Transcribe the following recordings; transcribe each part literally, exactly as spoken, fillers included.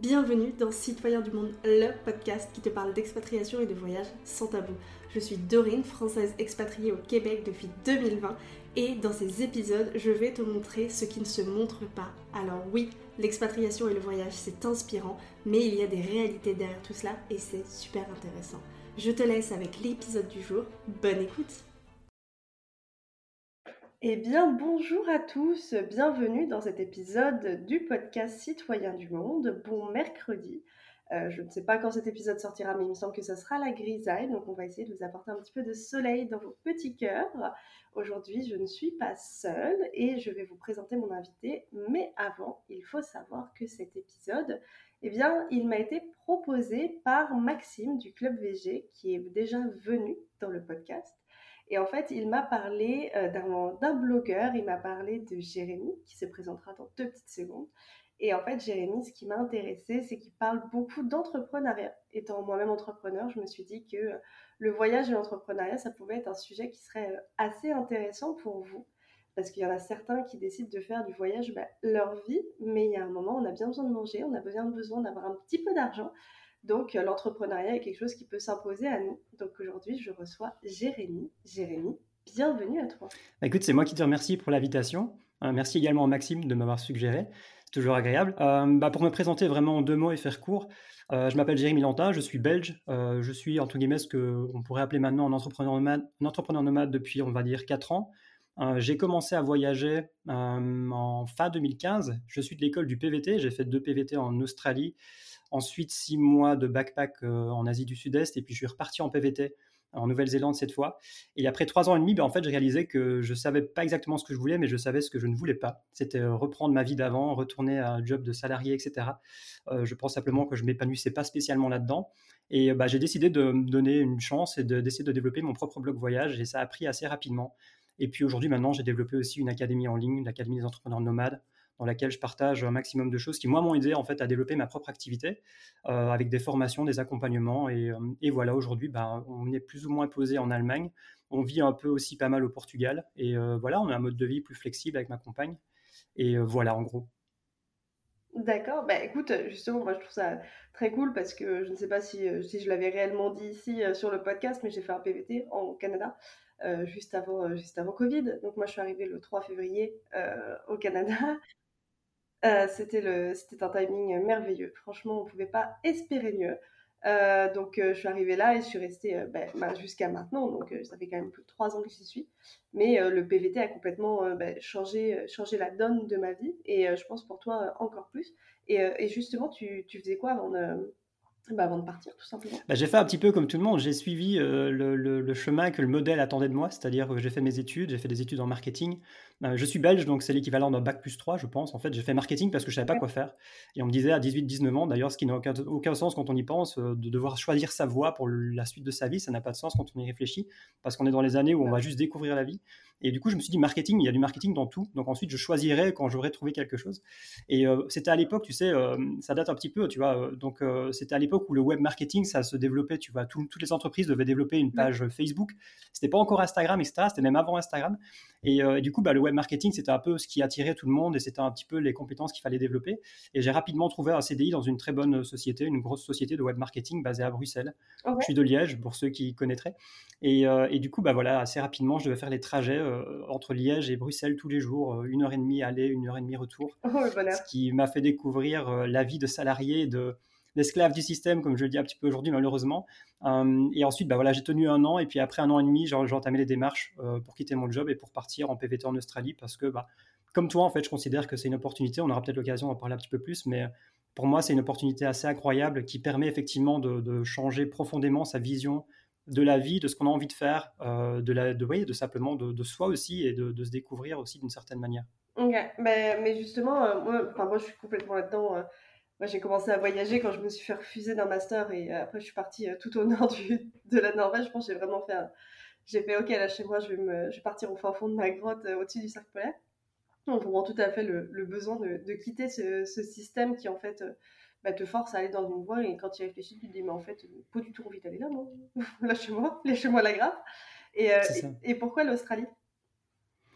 Bienvenue dans Citoyens du Monde, le podcast qui te parle d'expatriation et de voyage sans tabou. Je suis Dorine, française expatriée au Québec depuis deux mille vingt et dans ces épisodes, je vais te montrer ce qui ne se montre pas. Alors oui, l'expatriation et le voyage, c'est inspirant, mais il y a des réalités derrière tout cela et c'est super intéressant. Je te laisse avec l'épisode du jour. Bonne écoute! Eh bien, bonjour à tous, bienvenue dans cet épisode du podcast Citoyens du Monde. Bon mercredi, euh, je ne sais pas quand cet épisode sortira, mais il me semble que ça sera la grisaille, donc on va essayer de vous apporter un petit peu de soleil dans vos petits cœurs. Aujourd'hui, je ne suis pas seule et je vais vous présenter mon invité, mais avant, il faut savoir que cet épisode, eh bien, il m'a été proposé par Maxime du Club V G, qui est déjà venu dans le podcast. Et en fait, il m'a parlé euh, d'un, d'un blogueur, il m'a parlé de Jérémy, qui se présentera dans deux petites secondes. Et en fait, Jérémy, ce qui m'a intéressé, c'est qu'il parle beaucoup d'entrepreneuriat. Étant moi-même entrepreneur, je me suis dit que euh, le voyage et l'entrepreneuriat, ça pouvait être un sujet qui serait euh, assez intéressant pour vous. Parce qu'il y en a certains qui décident de faire du voyage bah, leur vie, mais il y a un moment, on a bien besoin de manger, on a bien besoin d'avoir un petit peu d'argent. Donc, euh, l'entrepreneuriat est quelque chose qui peut s'imposer à nous. Donc, aujourd'hui, je reçois Jérémy. Jérémy, bienvenue à toi. Bah, écoute, c'est moi qui te remercie pour l'invitation. Euh, merci également à Maxime de m'avoir suggéré. C'est toujours agréable. Euh, bah, pour me présenter vraiment en deux mots et faire court, euh, je m'appelle Jérémy Lantin, je suis belge. Euh, je suis, entre guillemets, ce qu'on pourrait appeler maintenant un entrepreneur nomade, un entrepreneur nomade depuis, on va dire, quatre ans. Euh, j'ai commencé à voyager euh, en fin deux mille quinze. Je suis de l'école du P V T. J'ai fait deux P V T en Australie. Ensuite, six mois de backpack euh, en Asie du Sud-Est. Et puis, je suis reparti en P V T en Nouvelle-Zélande cette fois. Et après trois ans et demi, ben, en fait, j'ai réalisé que je ne savais pas exactement ce que je voulais, mais je savais ce que je ne voulais pas. C'était euh, reprendre ma vie d'avant, retourner à un job de salarié, et cetera. Euh, je pense simplement que je ne m'épanouissais pas spécialement là-dedans. Et bah, j'ai décidé de me donner une chance et de, d'essayer de développer mon propre blog voyage. Et ça a pris assez rapidement. Et puis aujourd'hui, maintenant, j'ai développé aussi une académie en ligne, l'Académie des entrepreneurs nomades, dans laquelle je partage un maximum de choses qui, moi, m'ont aidé en fait, à développer ma propre activité euh, avec des formations, des accompagnements. Et, euh, et voilà, aujourd'hui, ben, on est plus ou moins posé en Allemagne. On vit un peu aussi pas mal au Portugal. Et euh, voilà, on a un mode de vie plus flexible avec ma compagne. Et euh, voilà, en gros. D'accord, bah écoute, justement, moi je trouve ça très cool parce que je ne sais pas si, euh, si je l'avais réellement dit ici euh, sur le podcast, mais j'ai fait un P V T en Canada euh, juste avant, euh, juste avant Covid. Donc moi je suis arrivée le trois février euh, au Canada. Euh, c'était le, c'était un timing merveilleux. Franchement, on ne pouvait pas espérer mieux. Euh, donc, euh, je suis arrivée là et je suis restée euh, ben, ben, jusqu'à maintenant. Donc, euh, ça fait quand même plus de trois ans que j'y suis. Mais euh, le P V T a complètement euh, ben, changé, euh, changé la donne de ma vie. Et euh, je pense pour toi euh, encore plus. Et, euh, et justement, tu, tu faisais quoi avant de, ben, avant de partir, tout simplement? Bah, j'ai fait un petit peu comme tout le monde. J'ai suivi euh, le, le- le chemin que le modèle attendait de moi, c'est-à-dire que j'ai fait mes études, j'ai fait des études en marketing. Euh, je suis belge, donc c'est l'équivalent d'un bac plus trois, je pense. En fait, j'ai fait marketing parce que je savais pas quoi faire. Et on me disait à dix-huit dix-neuf ans, d'ailleurs, ce qui n'a aucun, aucun sens quand on y pense, euh, de devoir choisir sa voie pour le- la suite de sa vie, ça n'a pas de sens quand on y réfléchit, parce qu'on est dans les années où on va juste découvrir la vie. Et du coup, je me suis dit, marketing, il y a du marketing dans tout. Donc ensuite, je choisirai quand j'aurai trouvé quelque chose. Et euh, c'était à l'époque, tu sais, euh, ça date un petit peu, tu vois. euh, donc euh, c'était à l'époque où le web marketing, ça se développait, tu vois. Tout- toutes les entreprises devaient développer une Ouais. page Facebook. C'était pas encore Instagram, et cetera. C'était même avant Instagram. Et, euh, et du coup, bah, le web marketing, c'était un peu ce qui attirait tout le monde et c'était un petit peu les compétences qu'il fallait développer. Et j'ai rapidement trouvé un C D I dans une très bonne société, une grosse société de web marketing basée à Bruxelles. Je Ok. suis de Liège, pour ceux qui connaîtraient. Et, euh, et du coup, bah voilà, assez rapidement, je devais faire les trajets euh, entre Liège et Bruxelles tous les jours, euh, une heure et demie aller, une heure et demie retour, Oh, le bonheur. ce qui m'a fait découvrir euh, la vie de salarié, de d'esclave du système, comme je le dis un petit peu aujourd'hui, malheureusement. Euh, et ensuite, bah voilà, j'ai tenu un an, et puis après un an et demi, j'ai, j'ai entamé les démarches euh, pour quitter mon job et pour partir en P V T en Australie, parce que, bah, comme toi, en fait, je considère que c'est une opportunité. On aura peut-être l'occasion d'en parler un petit peu plus, mais pour moi, c'est une opportunité assez incroyable qui permet effectivement de, de changer profondément sa vision de la vie, de ce qu'on a envie de faire, euh, de, la, de, oui, de simplement de, de soi aussi et de, de se découvrir aussi d'une certaine manière. Ok, mais, mais justement, euh, moi, enfin, moi je suis complètement là-dedans. euh, Moi, j'ai commencé à voyager quand je me suis fait refuser d'un master et euh, après, je suis partie euh, tout au nord du, de la Norvège. Je pense que j'ai vraiment fait un- J'ai fait, ok, là, chez moi, je vais, me, je vais partir au fin fond de ma grotte euh, au-dessus du cercle polaire. On comprend tout à fait le, le besoin de, de quitter ce, ce système qui, en fait, euh, bah, te force à aller dans une voie et quand tu y réfléchis, tu te dis, mais en fait, euh, pas du tout envie d'aller là, non? Lâchez-moi, lâchez-moi la grappe. Et, euh, C'est ça. et, et pourquoi l'Australie?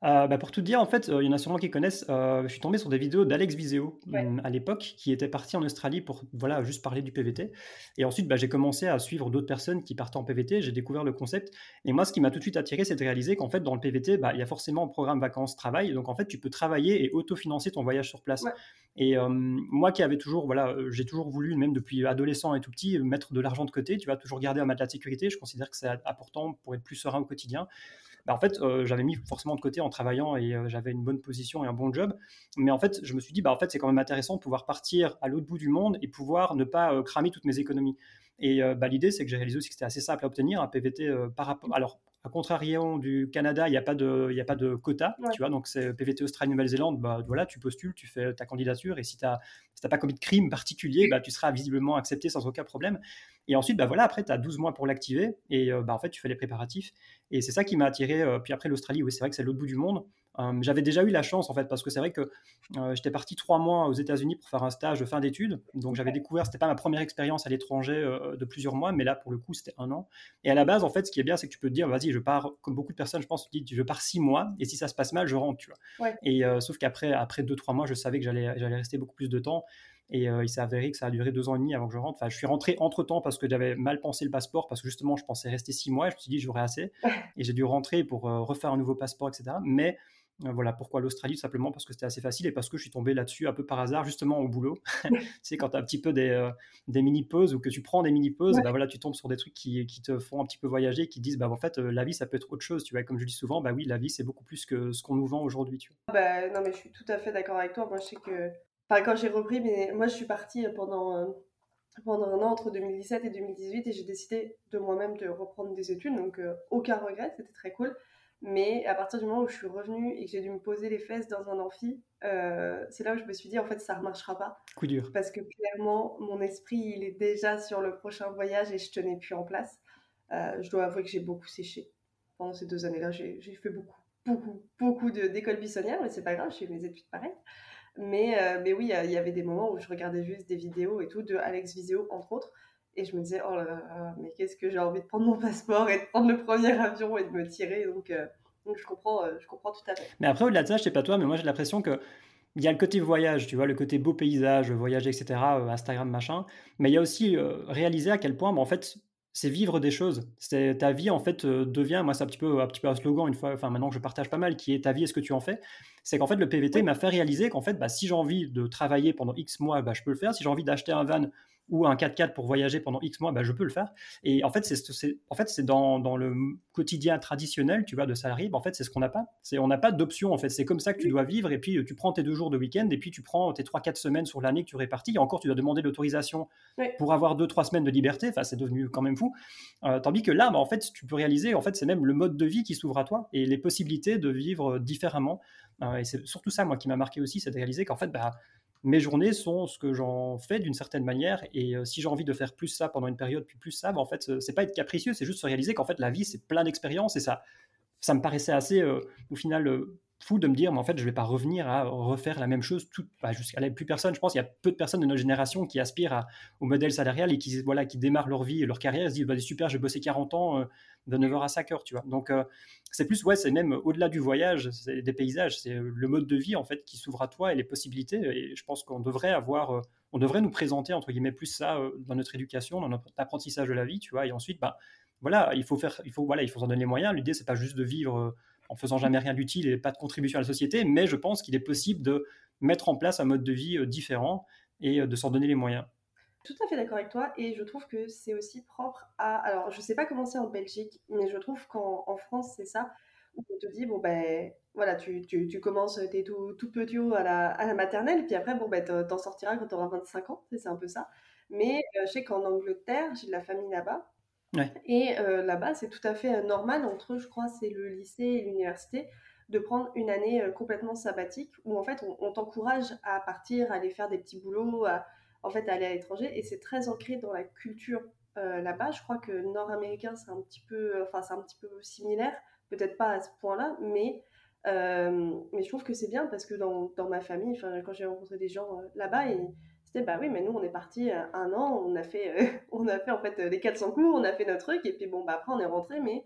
Heu, bah, pour tout te dire, en fait, heu, il y en a sûrement qui connaissent, heu, je suis tombé sur des vidéos d'Alex Viseo, Ouais, mmh, à l'époque, qui était parti en Australie pour, voilà, juste parler du P V T et ensuite, bah, j'ai commencé à suivre d'autres personnes qui partaient en P V T. J'ai découvert le concept et moi, ce qui m'a tout de suite attiré, c'est de réaliser qu'en fait, dans le P V T, bah, il y a forcément un programme vacances-travail. Donc en fait, tu peux travailler et autofinancer ton voyage sur place ouais, et hem, moi qui avais toujours, voilà, heu, j'ai toujours voulu, même depuis adolescent et tout petit, mettre de l'argent de côté, tu vois? Toujours garder un matelas de sécurité. Je considère que c'est important pour être plus serein au quotidien. Bah, en fait, heu, j'avais mis forcément de côté en travaillant et heu, j'avais une bonne position et un bon job. Mais en fait, je me suis dit: «Bah, en fait, c'est quand même intéressant de pouvoir partir à l'autre bout du monde et pouvoir ne pas, heu, cramer toutes mes économies» et heu, bah, l'idée, c'est que j'ai réalisé aussi que c'était assez simple à obtenir un P V T, heu, par rapport alors, à contrarion du Canada, il y a pas de il y a pas de quota, ouais. tu vois? Donc c'est P V T Australie-Nouvelle-Zélande, bah, voilà, tu postules, tu fais ta candidature et si tu as si tu pas commis de crime particulier, bah, tu seras visiblement accepté sans aucun problème et ensuite, bah, voilà, après tu as douze mois pour l'activer et heu, bah, en fait, tu fais les préparatifs et c'est ça qui m'a attiré. Euh, puis après, l'Australie, oui, c'est vrai que c'est l'autre bout du monde. Euh, j'avais déjà eu la chance, en fait, parce que c'est vrai que euh, j'étais parti trois mois aux États-Unis pour faire un stage de fin d'études. Donc j'avais découvert, c'était pas ma première expérience à l'étranger euh, de plusieurs mois, mais là, pour le coup, c'était un an. Et à la base, en fait, ce qui est bien, c'est que tu peux te dire, vas-y, je pars, comme beaucoup de personnes, je pense, tu dis, je pars six mois, et si ça se passe mal, je rentre, tu vois. Ouais. Et euh, sauf qu'après, après deux, trois mois, je savais que j'allais, j'allais rester beaucoup plus de temps. Et euh, il s'est avéré que ça a duré deux ans et demi avant que je rentre. Enfin, je suis rentré entre temps parce que j'avais mal pensé le passeport, parce que justement, je pensais rester six mois. Et je me suis dit, j'aurais assez et j'ai dû rentrer pour euh, refaire un nouveau passeport, et cetera. Mais euh, voilà, pourquoi l'Australie? Tout simplement parce que c'était assez facile et parce que je suis tombé là-dessus un peu par hasard, justement au boulot. Tu sais, quand tu as un petit peu des, euh, des mini-pauses ou que tu prends des mini-pauses, Ouais. bah voilà, tu tombes sur des trucs qui, qui te font un petit peu voyager, qui disent, bah en fait, euh, la vie, ça peut être autre chose. Tu vois, comme je dis souvent, bah oui, la vie, c'est beaucoup plus que ce qu'on nous vend aujourd'hui. Tu vois. Bah, non, mais je suis tout à fait d'accord avec toi. Moi, je sais que. Enfin, quand j'ai repris, mais moi, je suis partie pendant, euh, pendant un an entre deux mille dix-sept et deux mille dix-huit et j'ai décidé de moi-même de reprendre des études, donc euh, aucun regret, c'était très cool. Mais à partir du moment où je suis revenue et que j'ai dû me poser les fesses dans un amphi, euh, c'est là où je me suis dit, en fait, ça ne remarchera pas. Coup dur. Parce que clairement, mon esprit, il est déjà sur le prochain voyage et je tenais plus en place. Euh, je dois avouer que j'ai beaucoup séché. Pendant ces deux années-là, j'ai j'ai fait beaucoup, beaucoup, beaucoup de- d'écoles buissonnières, mais c'est pas grave, j'ai fait mes études pareil. Mais, euh, mais oui, il y avait des moments où je regardais juste des vidéos et tout, de Alex Viseo, entre autres. Et je me disais, oh là là, mais qu'est-ce que j'ai envie de prendre mon passeport et de prendre le premier avion et de me tirer. Donc, euh, donc je comprends, euh, je comprends tout à fait. Mais après, au-delà de ça, je sais pas toi, mais moi j'ai l'impression que il y a le côté voyage, tu vois, le côté beau paysage, voyager, et cetera, euh, Instagram, machin. Mais il y a aussi euh, réaliser à quel point, bah, en fait, c'est vivre des choses. C'est ta vie, en fait, euh, devient, moi, c'est un petit peu, un petit peu un slogan, une fois, enfin, maintenant que je partage pas mal, qui est ta vie, est-ce que tu en fais? C'est qu'en fait, le P V T Oui, m'a fait réaliser qu'en fait, bah, si j'ai envie de travailler pendant X mois, bah, je peux le faire. Si j'ai envie d'acheter un van ou un quatre-quatre pour voyager pendant X mois, bah, je peux le faire. Et en fait, c'est, c'est, en fait, c'est dans, dans le quotidien traditionnel, tu vois, de salarié, bah, en fait, c'est ce qu'on n'a pas. C'est, on n'a pas d'option, en fait. C'est comme ça que tu oui, dois vivre. Et puis, tu prends tes deux jours de week-end et puis tu prends tes trois quatre semaines sur l'année que tu répartis. Et encore, tu dois demander l'autorisation oui. pour avoir deux trois semaines de liberté. Enfin, c'est devenu quand même fou. Euh, tandis que là, bah, en fait, tu peux réaliser, en fait, c'est même le mode de vie qui s'ouvre à toi et les possibilités de vivre différemment. Euh, et c'est surtout ça, moi, qui m'a marqué aussi, c'est de réaliser qu'en fait, bah, mes journées sont ce que j'en fais d'une certaine manière. Et euh, si j'ai envie de faire plus ça pendant une période, puis plus ça, bah, en fait, c'est pas être capricieux, c'est juste se réaliser qu'en fait, la vie, c'est plein d'expériences et ça, ça me paraissait assez, euh, au final, euh, fou de me dire, mais en fait, je vais pas revenir à refaire la même chose toute, bah, jusqu'à la plus personne. Je pense qu'il y a peu de personnes de notre génération qui aspirent à- au modèle salarial et qui, voilà, qui démarrent leur vie et leur carrière et se disent, bah, super, j'ai bossé quarante ans euh, de neuf heures à cinq heures, tu vois. Donc, euh, c'est plus, ouais, c'est même au-delà du voyage, c'est des paysages, c'est le mode de vie, en fait, qui s'ouvre à toi et les possibilités. Et je pense qu'on devrait avoir, euh, on devrait nous présenter, entre guillemets, plus ça euh, dans notre éducation, dans notre apprentissage de la vie, tu vois. Et ensuite, bah, voilà, il faut faire, il faut, voilà, il faut s'en donner les moyens. L'idée, c'est pas juste de vivre euh, en faisant jamais rien d'utile et pas de contribution à la société, mais je pense qu'il est possible de mettre en place un mode de vie euh, différent et euh, de s'en donner les moyens. Tout à fait d'accord avec toi et je trouve que c'est aussi propre à... Alors, je sais pas comment c'est en Belgique, mais je trouve qu'en en France, c'est ça, où on te dit, bon ben, voilà, tu, tu, tu commences, t'es tout, tout petit à la, à la maternelle, puis après, bon ben, t'en t'en sortiras quand t'auras vingt-cinq ans, c'est un peu ça. Mais euh, je sais qu'en Angleterre, j'ai de la famille là-bas, Ouais. et euh, là-bas, c'est tout à fait euh, normal, entre, je crois, c'est le lycée et l'université, de prendre une année euh, complètement sabbatique, où en fait, on, on t'encourage à partir, à aller faire des petits boulots, à, en fait, à aller à l'étranger, et c'est très ancré dans la culture euh, là-bas. Je crois que nord-américain, c'est un petit peu, enfin, c'est un petit peu similaire, peut-être pas à ce point-là, mais, euh, mais je trouve que c'est bien parce que dans, dans ma famille, enfin, quand j'ai rencontré des gens euh, là-bas, et c'était bah oui, mais nous on est parti euh, un an, on a fait, euh, on a fait en fait euh, les quatre cents coups, on a fait notre truc, et puis bon, bah après on est rentré, mais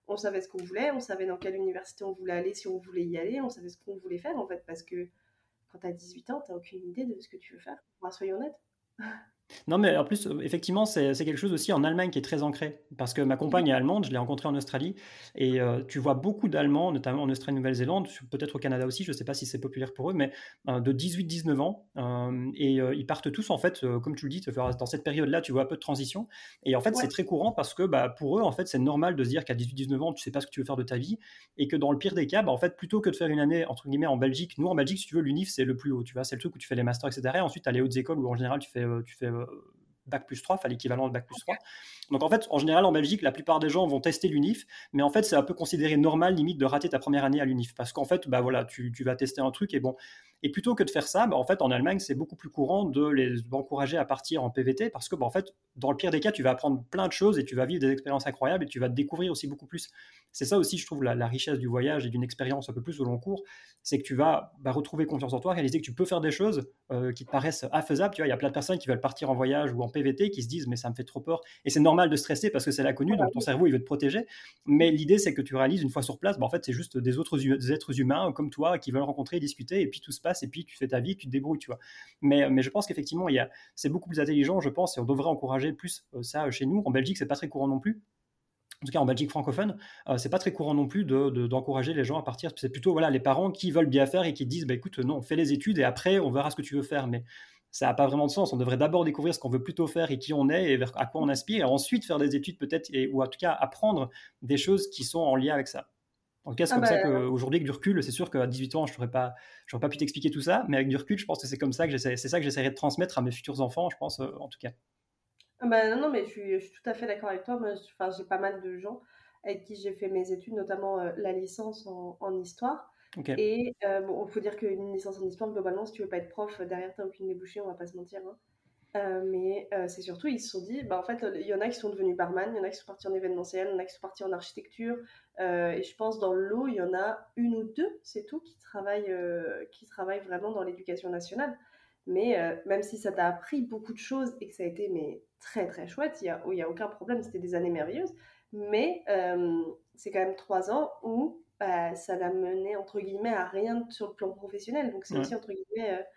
on savait ce qu'on voulait, on savait dans quelle université on voulait aller, si on voulait y aller, on savait ce qu'on voulait faire en fait, parce que quand tu as dix-huit ans, tu n'as aucune idée de ce que tu veux faire. Enfin, soyons honnêtes. Non, mais en plus, euh, effectivement, c'est c'est quelque chose aussi en Allemagne qui est très ancré. Parce que ma compagne est allemande, je l'ai rencontrée en Australie, et euh, tu vois beaucoup d'Allemands, notamment en Australie-Nouvelle-Zélande, peut-être au Canada aussi, je ne sais pas si c'est populaire pour eux, mais euh, de dix-huit dix-neuf ans, euh, et euh, ils partent tous, en fait, euh, comme tu le dis, dans cette période-là, tu vois un peu de transition. Et en fait, c'est Ouais. très courant parce que bah, pour eux, en fait, c'est normal de se dire qu'à dix-huit dix-neuf ans, tu ne sais pas ce que tu veux faire de ta vie, et que dans le pire des cas, bah, en fait, plutôt que de faire une année, entre guillemets, en Belgique, nous, en Belgique, si tu veux, l'UNIF, c'est le plus haut, tu vois, c'est le truc où tu fais les masters, et cetera. Et ensuite, tu as les hautes écoles où, en général, tu fais, euh, tu fais euh, bac plus trois, enfin l'équivalent de bac plus trois. Donc en fait, en général, en Belgique, la plupart des gens vont tester l'UNIF, mais en fait, c'est un peu considéré normal, limite, de rater ta première année à l'UNIF, parce qu'en fait, bah voilà, tu, tu vas tester un truc et bon. Et plutôt que de faire ça, bah, en fait, en Allemagne, c'est beaucoup plus courant de les encourager à partir en P V T, parce que bah, en fait, dans le pire des cas, tu vas apprendre plein de choses et tu vas vivre des expériences incroyables et tu vas découvrir aussi beaucoup plus. C'est ça aussi, je trouve, la, la richesse du voyage et d'une expérience un peu plus au long cours, c'est que tu vas bah, retrouver confiance en toi, réaliser que tu peux faire des choses euh, qui te paraissent infaisables. Tu vois, il y a plein de personnes qui veulent partir en voyage ou en P V T qui se disent mais ça me fait trop peur. Et c'est normal de stresser parce que c'est l'inconnu, donc ton cerveau il veut te protéger. Mais l'idée c'est que tu réalises une fois sur place, bah, en fait c'est juste des autres des êtres humains comme toi qui veulent rencontrer, discuter, et puis tout se passe, et puis tu fais ta vie, tu te débrouilles, tu vois. Mais, mais je pense qu'effectivement il y a, c'est beaucoup plus intelligent, je pense, et on devrait encourager plus euh, ça chez nous. En Belgique c'est pas très courant non plus. En tout cas en Belgique francophone, euh, c'est pas très courant non plus de, de, d'encourager les gens à partir. C'est plutôt voilà, les parents qui veulent bien faire et qui disent bah, écoute, non, fais les études et après on verra ce que tu veux faire. Mais ça n'a pas vraiment de sens. On devrait d'abord découvrir ce qu'on veut plutôt faire et qui on est et vers à quoi on aspire, et ensuite faire des études peut-être, et, ou en tout cas apprendre des choses qui sont en lien avec ça. En tout cas, c'est Ah comme ça bah, qu'aujourd'hui, avec du recul, c'est sûr qu'à dix-huit ans, je n'aurais pas, j'aurais pas pu t'expliquer tout ça, mais avec du recul, je pense que c'est comme ça que j'essaie, c'est ça que j'essaierai de transmettre à mes futurs enfants, je pense, euh, en tout cas. ah bah, non, non, mais je suis, je suis tout à fait d'accord avec toi. Moi, je- enfin, j'ai pas mal de gens avec qui j'ai fait mes études, notamment euh, la licence en, en histoire. Ok. Et euh, bon, il faut dire qu'une licence en histoire, globalement, si tu veux pas être prof, derrière, t'as aucune débouchée, on va pas se mentir, hein. Euh, mais euh, c'est surtout, ils se sont dit, bah, en fait, il y en a qui sont devenus barman, il y en a qui sont partis en événementiel, il y en a qui sont partis en architecture. Euh, et je pense dans l'eau, il y en a une ou deux, c'est tout, qui travaillent, euh, qui travaillent vraiment dans l'éducation nationale. Mais euh, même si ça t'a appris beaucoup de choses et que ça a été mais, très très chouette, il n'y a, il y a aucun problème, c'était des années merveilleuses. Mais euh, c'est quand même trois ans où bah, ça n'a mené entre guillemets à rien sur le plan professionnel. Donc c'est Ouais. aussi entre guillemets euh,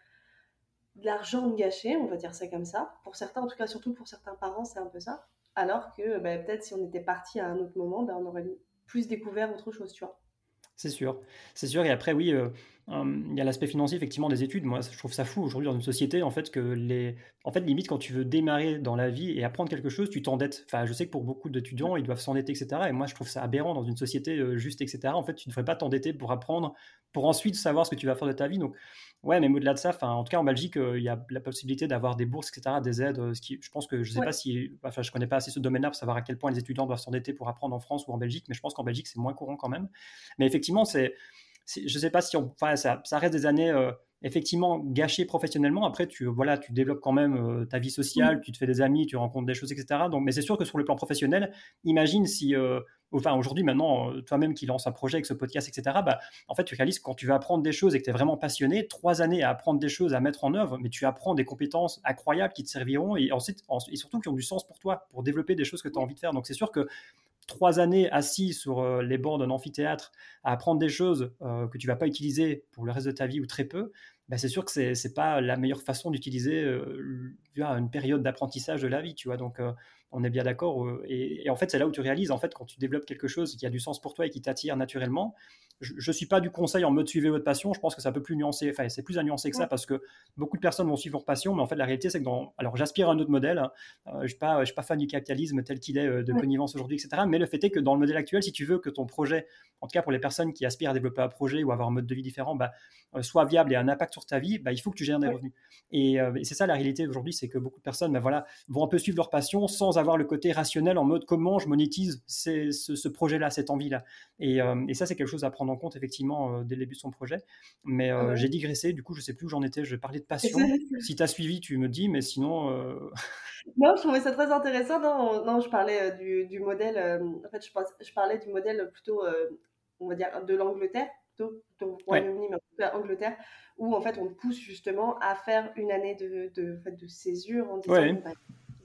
de l'argent gâché, on va dire ça comme ça. Pour certains, en tout cas surtout pour certains parents, c'est un peu ça. Alors que bah, peut-être si on était parti à un autre moment, bah, on aurait plus découvert autre chose, tu vois. C'est sûr, c'est sûr. Et après, oui, euh, hum, il y a l'aspect financier effectivement des études. Moi, je trouve ça fou aujourd'hui dans une société en fait que les, en fait, limite quand tu veux démarrer dans la vie et apprendre quelque chose, tu t'endettes. Enfin, je sais que pour beaucoup d'étudiants, ils doivent s'endetter, et cetera. Et moi, je trouve ça aberrant dans une société euh, juste, et cetera. En fait, tu ne devrais pas t'endetter pour apprendre, pour ensuite savoir ce que tu vas faire de ta vie. Donc, ouais, mais au-delà de ça, enfin, en tout cas en Belgique, euh, il y a la possibilité d'avoir des bourses, et cetera, des aides. euh, ce qui, je pense que je ne sais Ouais, pas si, enfin, je connais pas assez ce domaine-là pour savoir à quel point les étudiants doivent s'endetter pour apprendre en France ou en Belgique, mais je pense qu'en Belgique c'est moins courant quand même. Mais effectivement, c'est je ne sais pas si on, enfin, ça, ça reste des années euh, effectivement gâchées professionnellement. Après, tu, voilà, tu développes quand même euh, ta vie sociale, oui, tu te fais des amis, tu rencontres des choses, et cetera. Donc, mais c'est sûr que sur le plan professionnel, imagine si, euh, enfin aujourd'hui maintenant, euh, toi-même qui lance un projet avec ce podcast, et cetera. Bah, en fait, tu réalises que quand tu vas apprendre des choses et que tu es vraiment passionné, trois années à apprendre des choses, à mettre en œuvre, mais tu apprends des compétences incroyables qui te serviront et ensuite, et surtout qui ont du sens pour toi, pour développer des choses que tu as envie de faire. Donc c'est sûr que trois années assis sur euh, les bancs d'un amphithéâtre à apprendre des choses euh, que tu vas pas utiliser pour le reste de ta vie ou très peu, bah, c'est sûr que c'est c'est pas la meilleure façon d'utiliser euh, une période d'apprentissage de la vie, tu vois. Donc euh, on est bien d'accord. Euh, et, et, en fait, c'est là où tu réalises, en fait, quand tu développes quelque chose qui a du sens pour toi et qui t'attire naturellement. Je, je suis pas du conseil en mode suivez votre passion. Je pense que c'est un peu plus nuancé. Enfin, c'est plus à nuancer que ça ouais, parce que beaucoup de personnes vont suivre leur passion, mais en fait, la réalité, c'est que dans. Alors, j'aspire à un autre modèle. Hein. Euh, je ne suis, pas, suis pas fan du capitalisme tel qu'il est euh, de ouais, connivence aujourd'hui, et cetera. Mais le fait est que dans le modèle actuel, si tu veux que ton projet, en tout cas pour les personnes qui aspirent à développer un projet ou avoir un mode de vie différent, bah, euh, soit viable et a un impact sur ta vie, bah, il faut que tu gères des ouais. revenus. Et, euh, et c'est ça la réalité aujourd'hui, c'est que beaucoup de personnes bah, voilà, vont un peu suivre leur passion sans avoir le côté rationnel en mode comment je monétise ces, ce, ce projet-là, cette envie-là. Et, euh, et ça, c'est quelque chose à prendre en compte effectivement euh, dès le début de son projet. Mais Ah euh, bah j'ai digressé, du coup, je ne sais plus où j'en étais. Je parlais de passion. oui. Si tu as suivi, tu me dis, mais sinon. Euh... Non, je trouvais ça très intéressant. Non, non je parlais euh, du, du modèle. Euh, en fait, je, pense, je parlais du modèle plutôt, euh, on va dire, de l'Angleterre, plutôt, plutôt Ouais, Royaume-Uni, mais plutôt Angleterre, où en fait on te pousse justement à faire une année de, de, en fait, de césure en disant ouais, bon, bah,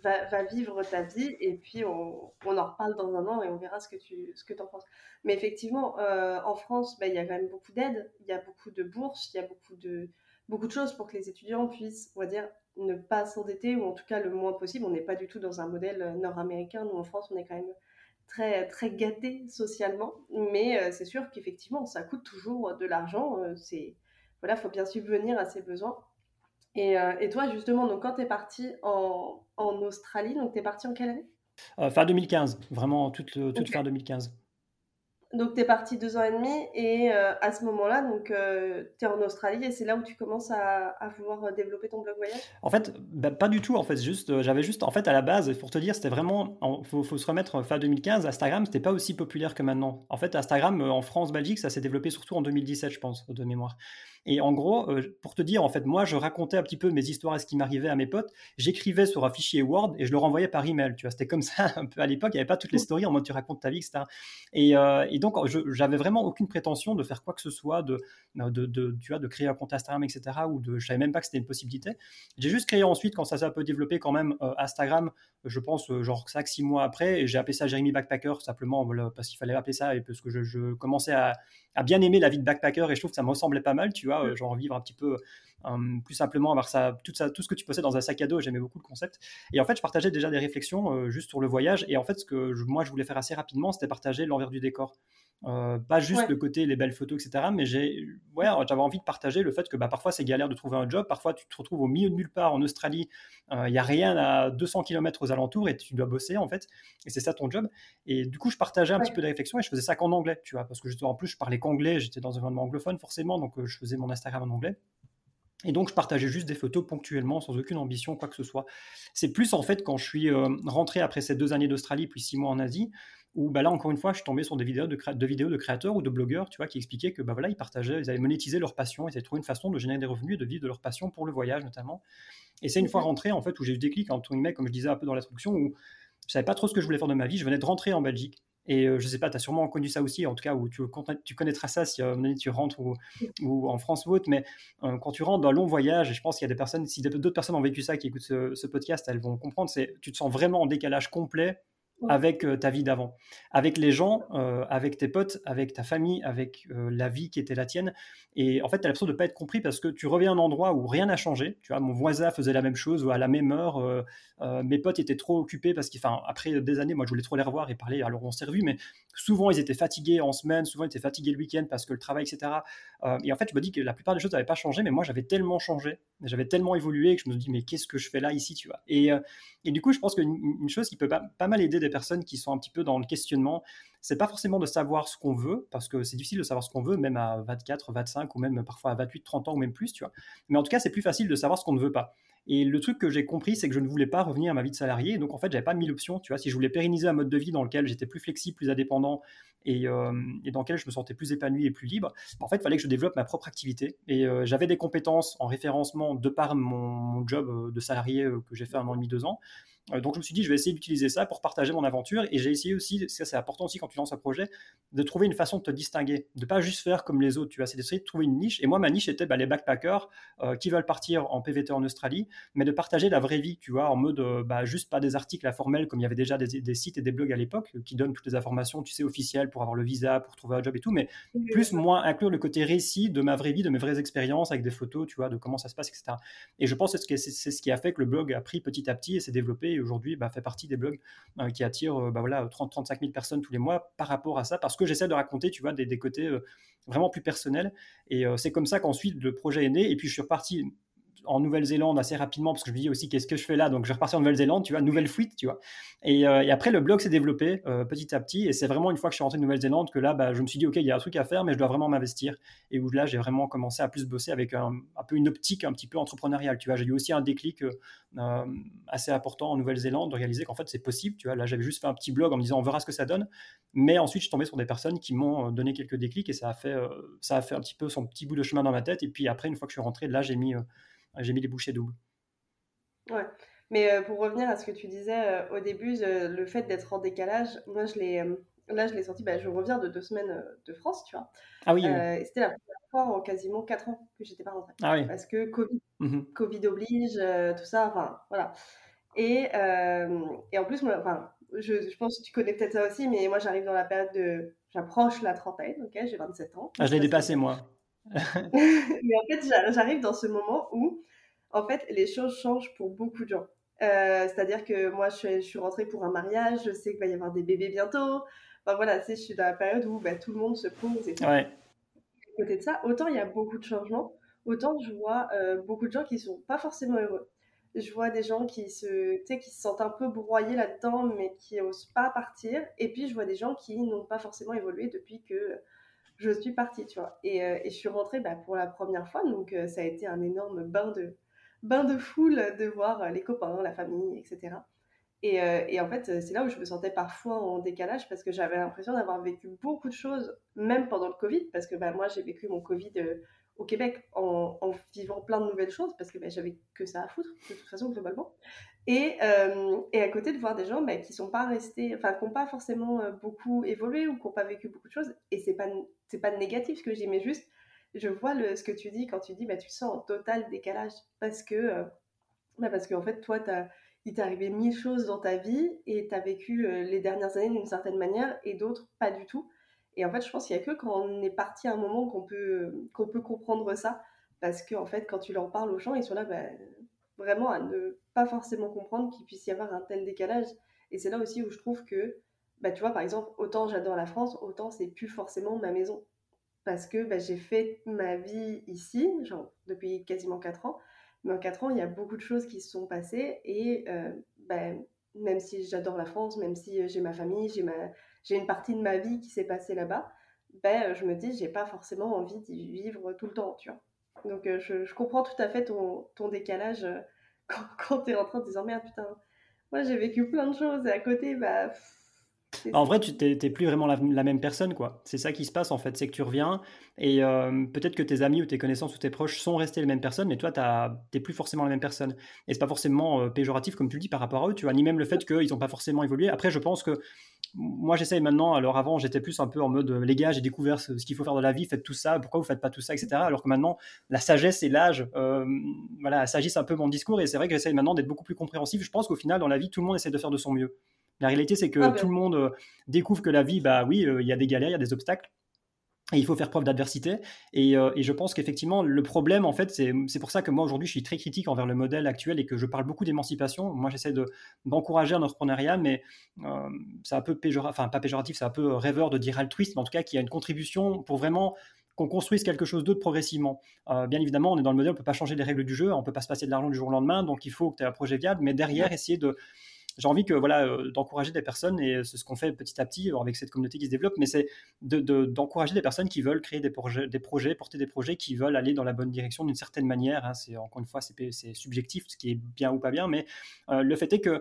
va, va vivre ta vie et puis on, on en reparle dans un an et on verra ce que tu ce que t'en penses. Mais effectivement, euh, en France, bah, il y a quand même beaucoup d'aides, il y a beaucoup de bourses, il y a beaucoup de, beaucoup de choses pour que les étudiants puissent, on va dire, ne pas s'endetter ou en tout cas le moins possible. On n'est pas du tout dans un modèle euh, nord-américain. Nous, en France, on est quand même très, très gâté socialement. Mais euh, c'est sûr qu'effectivement, ça coûte toujours de l'argent. Euh, c'est, voilà, faut bien subvenir à ses besoins. Et, euh, et toi, justement, donc quand tu es parti en, en Australie, donc tu es parti en quelle année? Euh, fin deux mille quinze, vraiment toute, toute Ok. fin deux mille quinze. Donc tu es parti deux ans et demi et euh, à ce moment-là, donc euh, tu es en Australie et c'est là où tu commences à, à vouloir euh, développer ton blog voyage? En fait, bah, pas du tout. En fait, juste, euh, j'avais juste, en fait, à la base, pour te dire, c'était vraiment, il faut, faut se remettre euh, fin deux mille quinze. Instagram, c'était pas aussi populaire que maintenant. En fait, Instagram euh, en France, Belgique, ça s'est développé surtout en deux mille dix-sept, je pense, de mémoire. Et en gros, euh, pour te dire, en fait, moi, je racontais un petit peu mes histoires et ce qui m'arrivait à mes potes. J'écrivais sur un fichier Word et je le renvoyais par email. Tu vois, c'était comme ça un peu à l'époque. Il n'y avait pas toutes les stories en mode tu racontes ta vie, et cetera. Et, euh, et donc, je, j'avais vraiment aucune prétention de faire quoi que ce soit, de, de, de, tu vois, de créer un compte Instagram, et cetera. Ou de, je savais même pas que c'était une possibilité. J'ai juste créé ensuite, quand ça s'est un peu développé quand même, euh, Instagram, je pense, euh, genre cinq six mois après, et j'ai appelé ça Jérémy Backpacker, simplement voilà, parce qu'il fallait appeler ça, et parce que je, je commençais à, à, bien aimer la vie de backpacker, et je trouve que ça me ressemblait pas mal, tu vois, euh, genre vivre un petit peu, euh, plus simplement, avoir ça, tout, ça, tout ce que tu possèdes dans un sac à dos, j'aimais beaucoup le concept. Et en fait, je partageais déjà des réflexions euh, juste sur le voyage, et en fait, ce que je, moi, je voulais faire assez rapidement, c'était partager l'envers du décor. Euh, pas juste Ouais, le côté les belles photos, et cetera. Mais j'ai, ouais, j'avais envie de partager le fait que bah, parfois c'est galère de trouver un job, parfois tu te retrouves au milieu de nulle part en Australie, il euh, n'y a rien à deux cents kilomètres aux alentours et tu dois bosser en fait, et c'est ça ton job. Et du coup, je partageais un petit peu ouais. de réflexion et je faisais ça qu'en anglais, tu vois, parce que en plus je parlais qu'anglais, j'étais dans un environnement anglophone forcément, donc euh, je faisais mon Instagram en anglais. Et donc, je partageais juste des photos ponctuellement, sans aucune ambition, quoi que ce soit. C'est plus en fait quand je suis euh, rentré après ces deux années d'Australie, puis six mois en Asie, où bah là, encore une fois, je suis tombé sur des vidéos de, cré... de vidéos de créateurs ou de blogueurs, tu vois, qui expliquaient que bah voilà, ils partageaient, ils avaient monétisé leur passion, ils avaient trouvé une façon de générer des revenus et de vivre de leur passion pour le voyage notamment. Et c'est une fois Ok. rentré en fait où j'ai eu le déclic entre guillemets, comme je disais un peu dans l'introduction, où je savais pas trop ce que je voulais faire de ma vie. Je venais de rentrer en Belgique. Et euh, je sais pas, tu as sûrement connu ça aussi, en tout cas, où tu, tu connaîtras ça si euh, tu rentres ou, ou, en France ou autre, mais euh, quand tu rentres dans un long voyage, et je pense qu'il y a des personnes, si d'autres personnes ont vécu ça, qui écoutent ce, ce podcast, elles vont comprendre, c'est tu te sens vraiment en décalage complet Ouais. avec euh, ta vie d'avant, avec les gens, euh, avec tes potes, avec ta famille, avec euh, la vie qui était la tienne. Et en fait, tu as l'impression de ne pas être compris parce que tu reviens à un endroit où rien n'a changé. Tu vois, mon voisin faisait la même chose ou à la même heure. Euh, euh, mes potes étaient trop occupés parce qu'après des années, moi, je voulais trop les revoir et parler. Alors, on s'est revus, mais souvent, ils étaient fatigués en semaine, souvent, ils étaient fatigués le week-end parce que le travail, et cetera. Euh, et en fait, je me dis que la plupart des choses n'avaient pas changé, mais moi, j'avais tellement changé, j'avais tellement évolué que je me dis, mais qu'est-ce que je fais là, ici, tu vois. Et, euh, et du coup, je pense qu'une une chose qui peut pas, pas mal aider des personnes qui sont un petit peu dans le questionnement, c'est pas forcément de savoir ce qu'on veut, parce que c'est difficile de savoir ce qu'on veut, même à vingt-quatre, vingt-cinq ou même parfois à vingt-huit, trente ans ou même plus, tu vois. Mais en tout cas, c'est plus facile de savoir ce qu'on ne veut pas. Et le truc que j'ai compris, c'est que je ne voulais pas revenir à ma vie de salarié. Donc, en fait, j'avais pas mille options. Tu vois, si je voulais pérenniser un mode de vie dans lequel j'étais plus flexible, plus indépendant et, euh, et dans lequel je me sentais plus épanoui et plus libre, en fait, il fallait que je développe ma propre activité. Et euh, j'avais des compétences en référencement de par mon, mon job euh, de salarié euh, que j'ai fait un an et demi, deux ans. Euh, donc je me suis dit, je vais essayer d'utiliser ça pour partager mon aventure. Et j'ai essayé aussi, ça c'est important aussi quand tu lances un projet, de trouver une façon de te distinguer, de pas juste faire comme les autres. Tu vois, c'est d'essayer de trouver une niche. Et moi, ma niche était bah, les backpackers euh, qui veulent partir en P V T en Australie, mais de partager la vraie vie, tu vois, en mode euh, bah, juste pas des articles informels comme il y avait déjà des, des sites et des blogs à l'époque qui donnent toutes les informations, tu sais, officielles pour avoir le visa, pour trouver un job et tout, mais plus moi inclure le côté récit de ma vraie vie, de mes vraies expériences avec des photos, tu vois, de comment ça se passe, et cetera. Et je pense que c'est ce qui a fait que le blog a pris petit à petit et s'est développé et aujourd'hui bah, fait partie des blogs euh, qui attirent euh, bah, voilà, trente à trente-cinq mille personnes tous les mois par rapport à ça, parce que j'essaie de raconter, tu vois, des, des côtés euh, vraiment plus personnels. Et euh, c'est comme ça qu'ensuite le projet est né. Et puis je suis reparti en Nouvelle-Zélande assez rapidement parce que je me dis aussi qu'est-ce que je fais là, donc je reparti en Nouvelle-Zélande, tu vois, nouvelle fuite, tu vois. Et, euh, et après le blog s'est développé euh, petit à petit et c'est vraiment une fois que je suis rentré de Nouvelle-Zélande que là bah, je me suis dit ok il y a un truc à faire mais je dois vraiment m'investir et où là j'ai vraiment commencé à plus bosser avec un, un peu une optique un petit peu entrepreneuriale, tu vois. J'ai eu aussi un déclic euh, assez important en Nouvelle-Zélande de réaliser qu'en fait c'est possible, tu vois. Là j'avais juste fait un petit blog en me disant on verra ce que ça donne, mais ensuite je suis tombé sur des personnes qui m'ont donné quelques déclics et ça a fait euh, ça a fait un petit peu son petit bout de chemin dans ma tête et puis après une fois que je suis rentré là j'ai mis euh, j'ai mis les bouchées doubles. Ouais. Mais euh, pour revenir à ce que tu disais euh, au début, je- le fait d'être en décalage, moi je l'ai, euh, là je l'ai senti, bah, je reviens de deux semaines euh, de France, tu vois. Ah oui, oui. Euh, et c'était la première fois en quasiment quatre ans que j'étais pas rentrée. Ah oui. Parce que Covid, Mmh. Covid oblige, euh, tout ça, enfin voilà. Et, euh, et en plus, moi, enfin, je, je pense que tu connais peut-être ça aussi, mais moi j'arrive dans la période de... J'approche la trentaine, ok, j'ai vingt-sept ans, Ah, tout je se l'ai passe très dépassé, bien. moi. Mais en fait, j'a- j'arrive dans ce moment où, en fait, les choses changent pour beaucoup de gens. Euh, c'est-à-dire que moi, je suis, je suis rentrée pour un mariage, je sais qu'il va y avoir des bébés bientôt. Enfin voilà, tu sais, je suis dans la période où bah, tout le monde se pose et tout. Ouais, À côté de ça, autant il y a beaucoup de changements, autant je vois euh, beaucoup de gens qui sont pas forcément heureux. Je vois des gens qui se, tu sais, qui se sentent un peu broyés là-dedans, mais qui osent pas partir. Et puis je vois des gens qui n'ont pas forcément évolué depuis que je suis partie, tu vois. Et, euh, et je suis rentrée bah, pour la première fois, donc euh, ça a été un énorme bain de, bain de foule de voir euh, les copains, la famille, et cetera. Et, euh, et en fait, c'est là où je me sentais parfois en décalage parce que j'avais l'impression d'avoir vécu beaucoup de choses, même pendant le Covid, parce que bah, moi j'ai vécu mon Covid euh, au Québec en, en vivant plein de nouvelles choses, parce que bah, j'avais que ça à foutre, de toute façon, globalement. Et, euh, et à côté de voir des gens bah, qui sont pas restés, enfin, qui n'ont pas forcément euh, beaucoup évolué ou qui n'ont pas vécu beaucoup de choses. Et c'est pas, c'est pas négatif ce que je dis, mais juste, je vois le, ce que tu dis quand tu dis, bah, tu sens en total décalage. Parce que, euh, bah, parce qu'en fait, toi, t'as, il t'est arrivé mille choses dans ta vie et tu as vécu euh, les dernières années d'une certaine manière et d'autres pas du tout. Et en fait, je pense qu'il y a que quand on est parti à un moment qu'on peut, qu'on peut comprendre ça. Parce que, en fait, quand tu leur parles aux gens, ils sont là, bah, vraiment à ne pas forcément comprendre qu'il puisse y avoir un tel décalage. Et c'est là aussi où je trouve que, bah, tu vois, par exemple, autant j'adore la France, autant c'est plus forcément ma maison. Parce que bah, j'ai fait ma vie ici, genre depuis quasiment quatre ans. Mais en quatre ans, il y a beaucoup de choses qui se sont passées. Et euh, bah, même si j'adore la France, même si j'ai ma famille, j'ai ma... j'ai une partie de ma vie qui s'est passée là-bas, bah, je me dis, j'ai pas forcément envie d'y vivre tout le temps, tu vois. Donc euh, je, je comprends tout à fait ton, ton décalage euh, quand, quand tu es en train de te dire, merde, putain, moi j'ai vécu plein de choses et à côté, bah, pff, c'est, bah, en vrai, c'est... tu t'es, t'es plus vraiment la, la même personne, quoi. C'est ça qui se passe, en fait. C'est que tu reviens et euh, peut-être que tes amis ou tes connaissances ou tes proches sont restés les mêmes personnes, mais toi, t'as, t'es plus forcément la même personne. Et c'est pas forcément euh, péjoratif, comme tu le dis, par rapport à eux, tu vois. Ni même le fait qu'ils n'ont pas forcément évolué. Après, je pense que moi, j'essaye maintenant. Alors avant, j'étais plus un peu en mode, euh, les gars, j'ai découvert ce, ce qu'il faut faire dans la vie, faites tout ça, pourquoi vous faites pas tout ça, et cetera. Alors que maintenant, la sagesse et l'âge, euh, voilà, s'agissent un peu mon discours. Et c'est vrai que j'essaye maintenant d'être beaucoup plus compréhensif. Je pense qu'au final, dans la vie, tout le monde essaie de faire de son mieux. La réalité, c'est que Ah tout ben, le monde euh, découvre que la vie, bah oui, euh, il y a des galères, il y a des obstacles. Et il faut faire preuve d'adversité. Et, euh, et je pense qu'effectivement, le problème, en fait, c'est, c'est pour ça que moi, aujourd'hui, je suis très critique envers le modèle actuel et que je parle beaucoup d'émancipation. Moi, j'essaie de, d'encourager un entrepreneuriat, mais euh, c'est un peu péjoratif, enfin, pas péjoratif, c'est un peu rêveur de dire altruiste, mais en tout cas, qu'il y a une contribution pour vraiment qu'on construise quelque chose d'autre progressivement. Euh, bien évidemment, on est dans le modèle, on ne peut pas changer les règles du jeu, on ne peut pas se passer de l'argent du jour au lendemain, donc il faut que tu aies un projet viable, mais derrière, essayer de, j'ai envie que voilà euh, d'encourager des personnes et c'est ce qu'on fait petit à petit avec cette communauté qui se développe, mais c'est de, de, d'encourager des personnes qui veulent créer des projets, des projets, porter des projets qui veulent aller dans la bonne direction d'une certaine manière. Hein. C'est encore une fois c'est, c'est subjectif, ce qui est bien ou pas bien, mais euh, le fait est que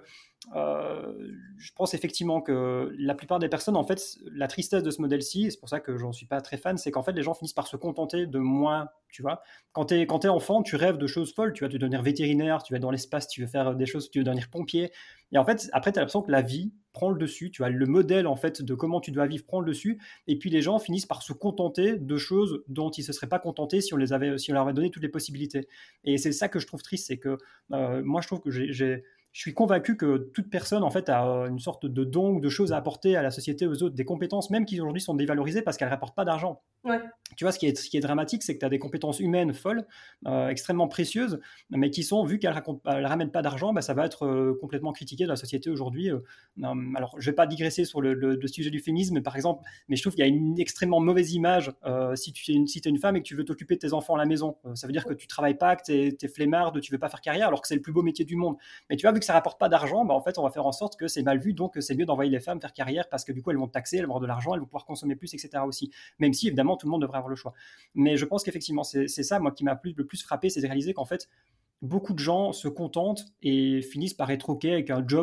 euh, je pense effectivement que la plupart des personnes, en fait, la tristesse de ce modèle-ci, et c'est pour ça que j'en suis pas très fan, c'est qu'en fait les gens finissent par se contenter de moins, tu vois. Quand t'es quand t'es enfant, tu rêves de choses folles, tu vas te devenir vétérinaire, tu vas dans l'espace, tu veux faire des choses, tu veux devenir pompier, et en fait, après, tu as l'impression que la vie prend le dessus, tu vois, le modèle en fait de comment tu dois vivre prend le dessus, et puis les gens finissent par se contenter de choses dont ils ne se seraient pas contentés si on, les avait, si on leur avait donné toutes les possibilités. Et c'est ça que je trouve triste, c'est que euh, moi je trouve que j'ai, j'ai je suis convaincu que toute personne en fait a une sorte de don ou de choses à apporter à la société, aux autres, des compétences même qui aujourd'hui sont dévalorisées parce qu'elles ne rapportent pas d'argent. ouais. Tu vois, ce qui est, ce qui est dramatique, c'est que tu as des compétences humaines folles, euh, extrêmement précieuses, mais qui sont, vu qu'elles ne ramènent pas d'argent, bah, ça va être euh, complètement critiqué dans la société aujourd'hui. Euh, alors, je ne vais pas digresser sur le, le, le, sujet du féminisme, par exemple, mais je trouve qu'il y a une extrêmement mauvaise image euh, si tu es une, si une femme et que tu veux t'occuper de tes enfants à la maison. Euh, ça veut dire que tu ne travailles pas, que tu es, es flemmarde, tu ne veux pas faire carrière, alors que c'est le plus beau métier du monde. Mais tu vois, vu que ça ne rapporte pas d'argent, bah, en fait, on va faire en sorte que c'est mal vu, donc c'est mieux d'envoyer les femmes faire carrière parce que du coup, elles vont te taxer, elles vont avoir de l'argent, elles vont pouvoir consommer plus, et cetera aussi. Même si, évidemment, tout le monde devrait avoir le choix. Mais je pense qu'effectivement, c'est, c'est ça, moi, qui m'a plus, le plus frappé, c'est de réaliser qu'en fait, beaucoup de gens se contentent et finissent par être OK avec un job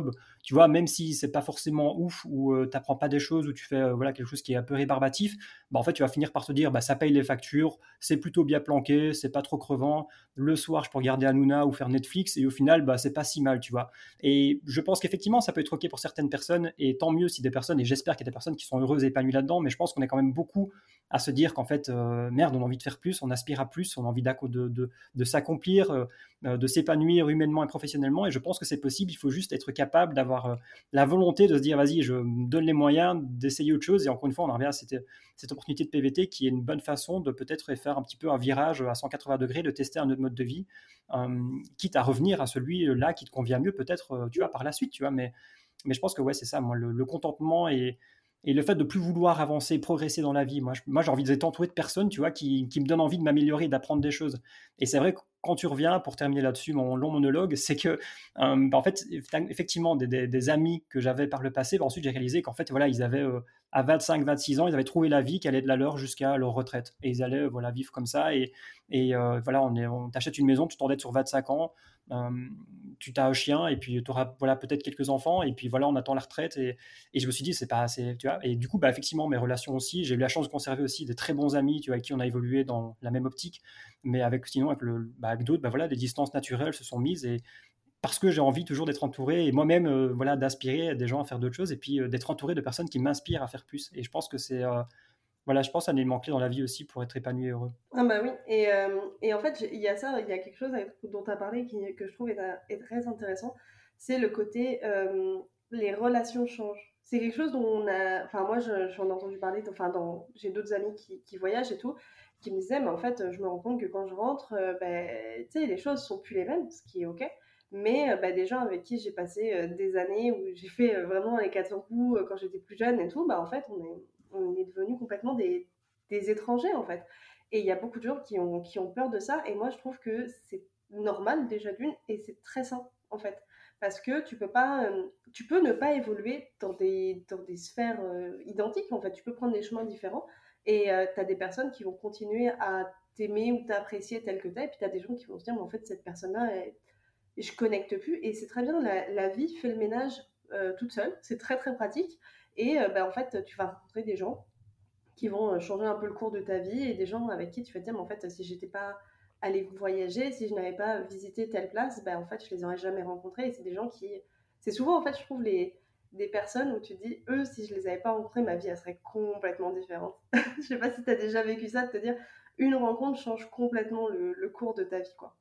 tu vois, même si c'est pas forcément ouf ou euh, t'apprends pas des choses ou tu fais euh, voilà quelque chose qui est un peu rébarbatif, bah en fait tu vas finir par te dire bah ça paye les factures, c'est plutôt bien planqué, c'est pas trop crevant. Le soir je peux regarder Hanouna ou faire Netflix et au final bah c'est pas si mal, tu vois. Et je pense qu'effectivement ça peut être ok pour certaines personnes et tant mieux si des personnes, et j'espère qu'il y a des personnes qui sont heureuses et épanouies là-dedans, mais je pense qu'on est quand même beaucoup à se dire qu'en fait euh, merde, on a envie de faire plus, on aspire à plus, on a envie de, de, de s'accomplir, euh, de s'épanouir humainement et professionnellement, et je pense que c'est possible. Il faut juste être capable d'avoir euh, la volonté de se dire vas-y, je me donne les moyens d'essayer autre chose. Et encore une fois on en revient à cette, cette opportunité de P V T qui est une bonne façon de peut-être faire un petit peu un virage à cent quatre-vingts degrés, de tester un autre mode de vie, euh, quitte à revenir à celui-là qui te convient mieux peut-être euh, tu vois, par la suite, tu vois. mais, mais je pense que ouais, c'est ça, moi, le, le contentement et et le fait de plus vouloir avancer, progresser dans la vie. Moi, je, moi j'ai envie d'être entouré de personnes, tu vois, qui, qui me donnent envie de m'améliorer, d'apprendre des choses. Et c'est vrai que quand tu reviens, pour terminer là-dessus mon long monologue, c'est que, euh, bah, en fait, effectivement, des, des, des amis que j'avais par le passé, bah, ensuite j'ai réalisé qu'en fait, voilà, ils avaient euh, à vingt-cinq, vingt-six ans, ils avaient trouvé la vie qui allait de la leur jusqu'à leur retraite. Et ils allaient, euh, voilà, vivre comme ça. Et, et euh, voilà, on, est, on t'achète une maison, tu t'endettes sur vingt-cinq ans, euh, tu as un chien, et puis tu auras voilà, peut-être quelques enfants, et puis voilà, on attend la retraite. Et, et je me suis dit, c'est pas assez, tu vois. Et du coup, bah, effectivement, mes relations aussi, j'ai eu la chance de conserver aussi des très bons amis, tu vois, avec qui on a évolué dans la même optique, mais avec sinon, avec, le, bah, avec d'autres, bah, voilà, des distances naturelles se sont mises, et parce que j'ai envie toujours d'être entouré, et moi-même, euh, voilà, d'aspirer des gens à faire d'autres choses, et puis euh, d'être entouré de personnes qui m'inspirent à faire plus. Et je pense que c'est, euh, voilà, je pense, un élément clé dans la vie aussi pour être épanoui et heureux. Ah bah oui, et, euh, et en fait, j'ai- il y a ça, il y a quelque chose avec- dont tu as parlé qui, que je trouve est, est très intéressant, c'est le côté euh, les relations changent. C'est quelque chose dont on a, enfin moi je- j'en ai entendu parler, enfin dans, j'ai d'autres amis qui, qui voyagent et tout, qui me disaient, mais en fait je me rends compte que quand je rentre, euh, ben, tu sais, les choses sont plus les mêmes, ce qui est ok, mais euh, ben, des gens avec qui j'ai passé euh, des années, où j'ai fait euh, vraiment les quatre cents coups euh, quand j'étais plus jeune et tout, bah en fait on est, on est devenus complètement des, des étrangers en fait. Et il y a beaucoup de gens qui ont, qui ont peur de ça. Et moi, je trouve que c'est normal déjà d'une, et c'est très sain en fait. Parce que tu peux pas, euh, tu peux ne pas évoluer dans des, dans des sphères euh, identiques. En fait, tu peux prendre des chemins différents. Et euh, tu as des personnes qui vont continuer à t'aimer ou t'apprécier tel que t'es. Et puis tu as des gens qui vont se dire, mais en fait, cette personne-là, elle- je connecte plus. Et c'est très bien, la, la vie fait le ménage euh, toute seule. C'est très très pratique. Et euh, bah, en fait, tu vas rencontrer des gens qui vont euh, changer un peu le cours de ta vie, et des gens avec qui tu vas te dire, mais en fait, si j'étais pas allée voyager, si je n'avais pas visité telle place, ben en fait, je les aurais jamais rencontrés. Et c'est des gens qui, c'est souvent en fait, je trouve les des personnes où tu te dis, eux, si je les avais pas rencontrés, ma vie elle serait complètement différente. Je sais pas si tu as déjà vécu ça, de te dire, une rencontre change complètement le, le cours de ta vie, quoi.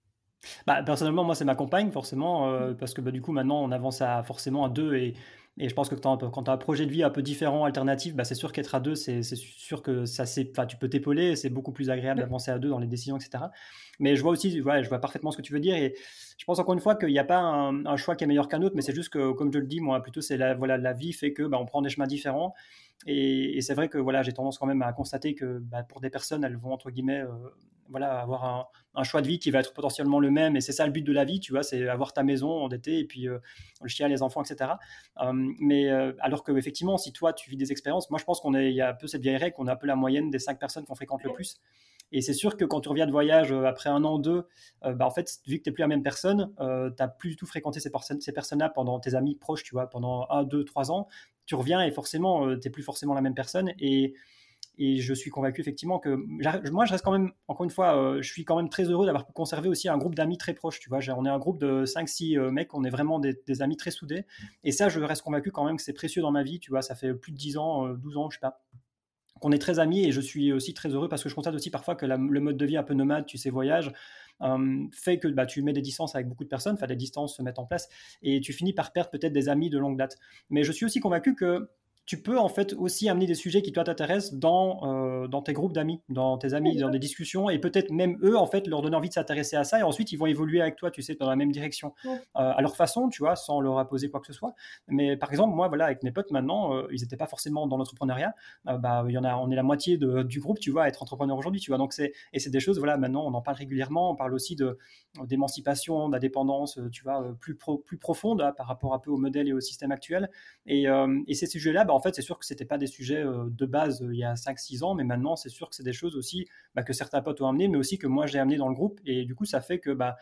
Bah, personnellement, moi, c'est ma compagne, forcément, euh, parce que bah, du coup, maintenant, on avance à, forcément à deux. Et, et je pense que quand tu as un projet de vie un peu différent, alternatif, bah, c'est sûr qu'être à deux, c'est c'est sûr que ça, c'est, enfin, tu peux t'épauler, et c'est beaucoup plus agréable Ouais. d'avancer à deux dans les décisions, et cetera. Mais je vois aussi, ouais, je vois parfaitement ce que tu veux dire. Et je pense encore une fois qu'il n'y a pas un, un choix qui est meilleur qu'un autre, mais c'est juste que, comme je le dis, moi, plutôt, c'est la, voilà, la vie fait que bah, on prend des chemins différents. Et, et c'est vrai que voilà, j'ai tendance quand même à constater que bah, pour des personnes, elles vont, entre guillemets, euh, voilà, avoir un, un choix de vie qui va être potentiellement le même, et c'est ça le but de la vie, tu vois, c'est avoir ta maison endettée, et puis euh, le chien, les enfants, et cetera. Euh, mais euh, alors que effectivement, si toi tu vis des expériences, moi je pense qu'on est, il y a un peu cette vieille règle qu'on a un peu la moyenne des cinq personnes qu'on fréquente le plus. Et c'est sûr que quand tu reviens de voyage euh, après un an ou deux, euh, bah, en fait, vu que tu n'es plus la même personne, euh, tu n'as plus du tout fréquenté ces, personnes, ces personnes-là pendant tes amis proches, tu vois, pendant un, deux, trois ans. Tu reviens et forcément, euh, tu n'es plus forcément la même personne. Et, et je suis convaincu effectivement que moi, je reste quand même, encore une fois, euh, je suis quand même très heureux d'avoir conservé aussi un groupe d'amis très proches. Tu vois, on est un groupe de cinq six euh, mecs, on est vraiment des, des, amis très soudés. Et ça, je reste convaincu quand même que c'est précieux dans ma vie. Tu vois, ça fait plus de dix ans, euh, douze ans, je sais pas, qu'on est très amis, et je suis aussi très heureux parce que je constate aussi parfois que la, le mode de vie un peu nomade, tu sais, voyage, euh, fait que bah, tu mets des distances avec beaucoup de personnes, enfin des distances se mettent en place, et tu finis par perdre peut-être des amis de longue date. Mais je suis aussi convaincu que tu peux en fait aussi amener des sujets qui toi t'intéressent dans, euh, dans tes groupes d'amis, dans tes amis, dans des discussions, et peut-être même eux en fait leur donner envie de s'intéresser à ça, et ensuite ils vont évoluer avec toi, tu sais, dans la même direction, Ouais. euh, à leur façon, tu vois, sans leur imposer quoi que ce soit. Mais par exemple, moi, voilà, avec mes potes maintenant, euh, ils n'étaient pas forcément dans l'entrepreneuriat. Euh, bah, il y en a, on est la moitié de, du groupe, tu vois, à être entrepreneur aujourd'hui, tu vois. Donc c'est, et c'est des choses, voilà, maintenant on en parle régulièrement. On parle aussi de d'émancipation, d'indépendance, tu vois, plus pro, plus profonde hein, par rapport un peu au modèle et au système actuel. Et, euh, et ces sujets-là, bah, en fait, c'est sûr que c'était pas des sujets euh, de base euh, il y a cinq six ans, mais maintenant, c'est sûr que c'est des choses aussi bah, que certains potes ont amené, mais aussi que moi j'ai amené dans le groupe. Et du coup, ça fait que bah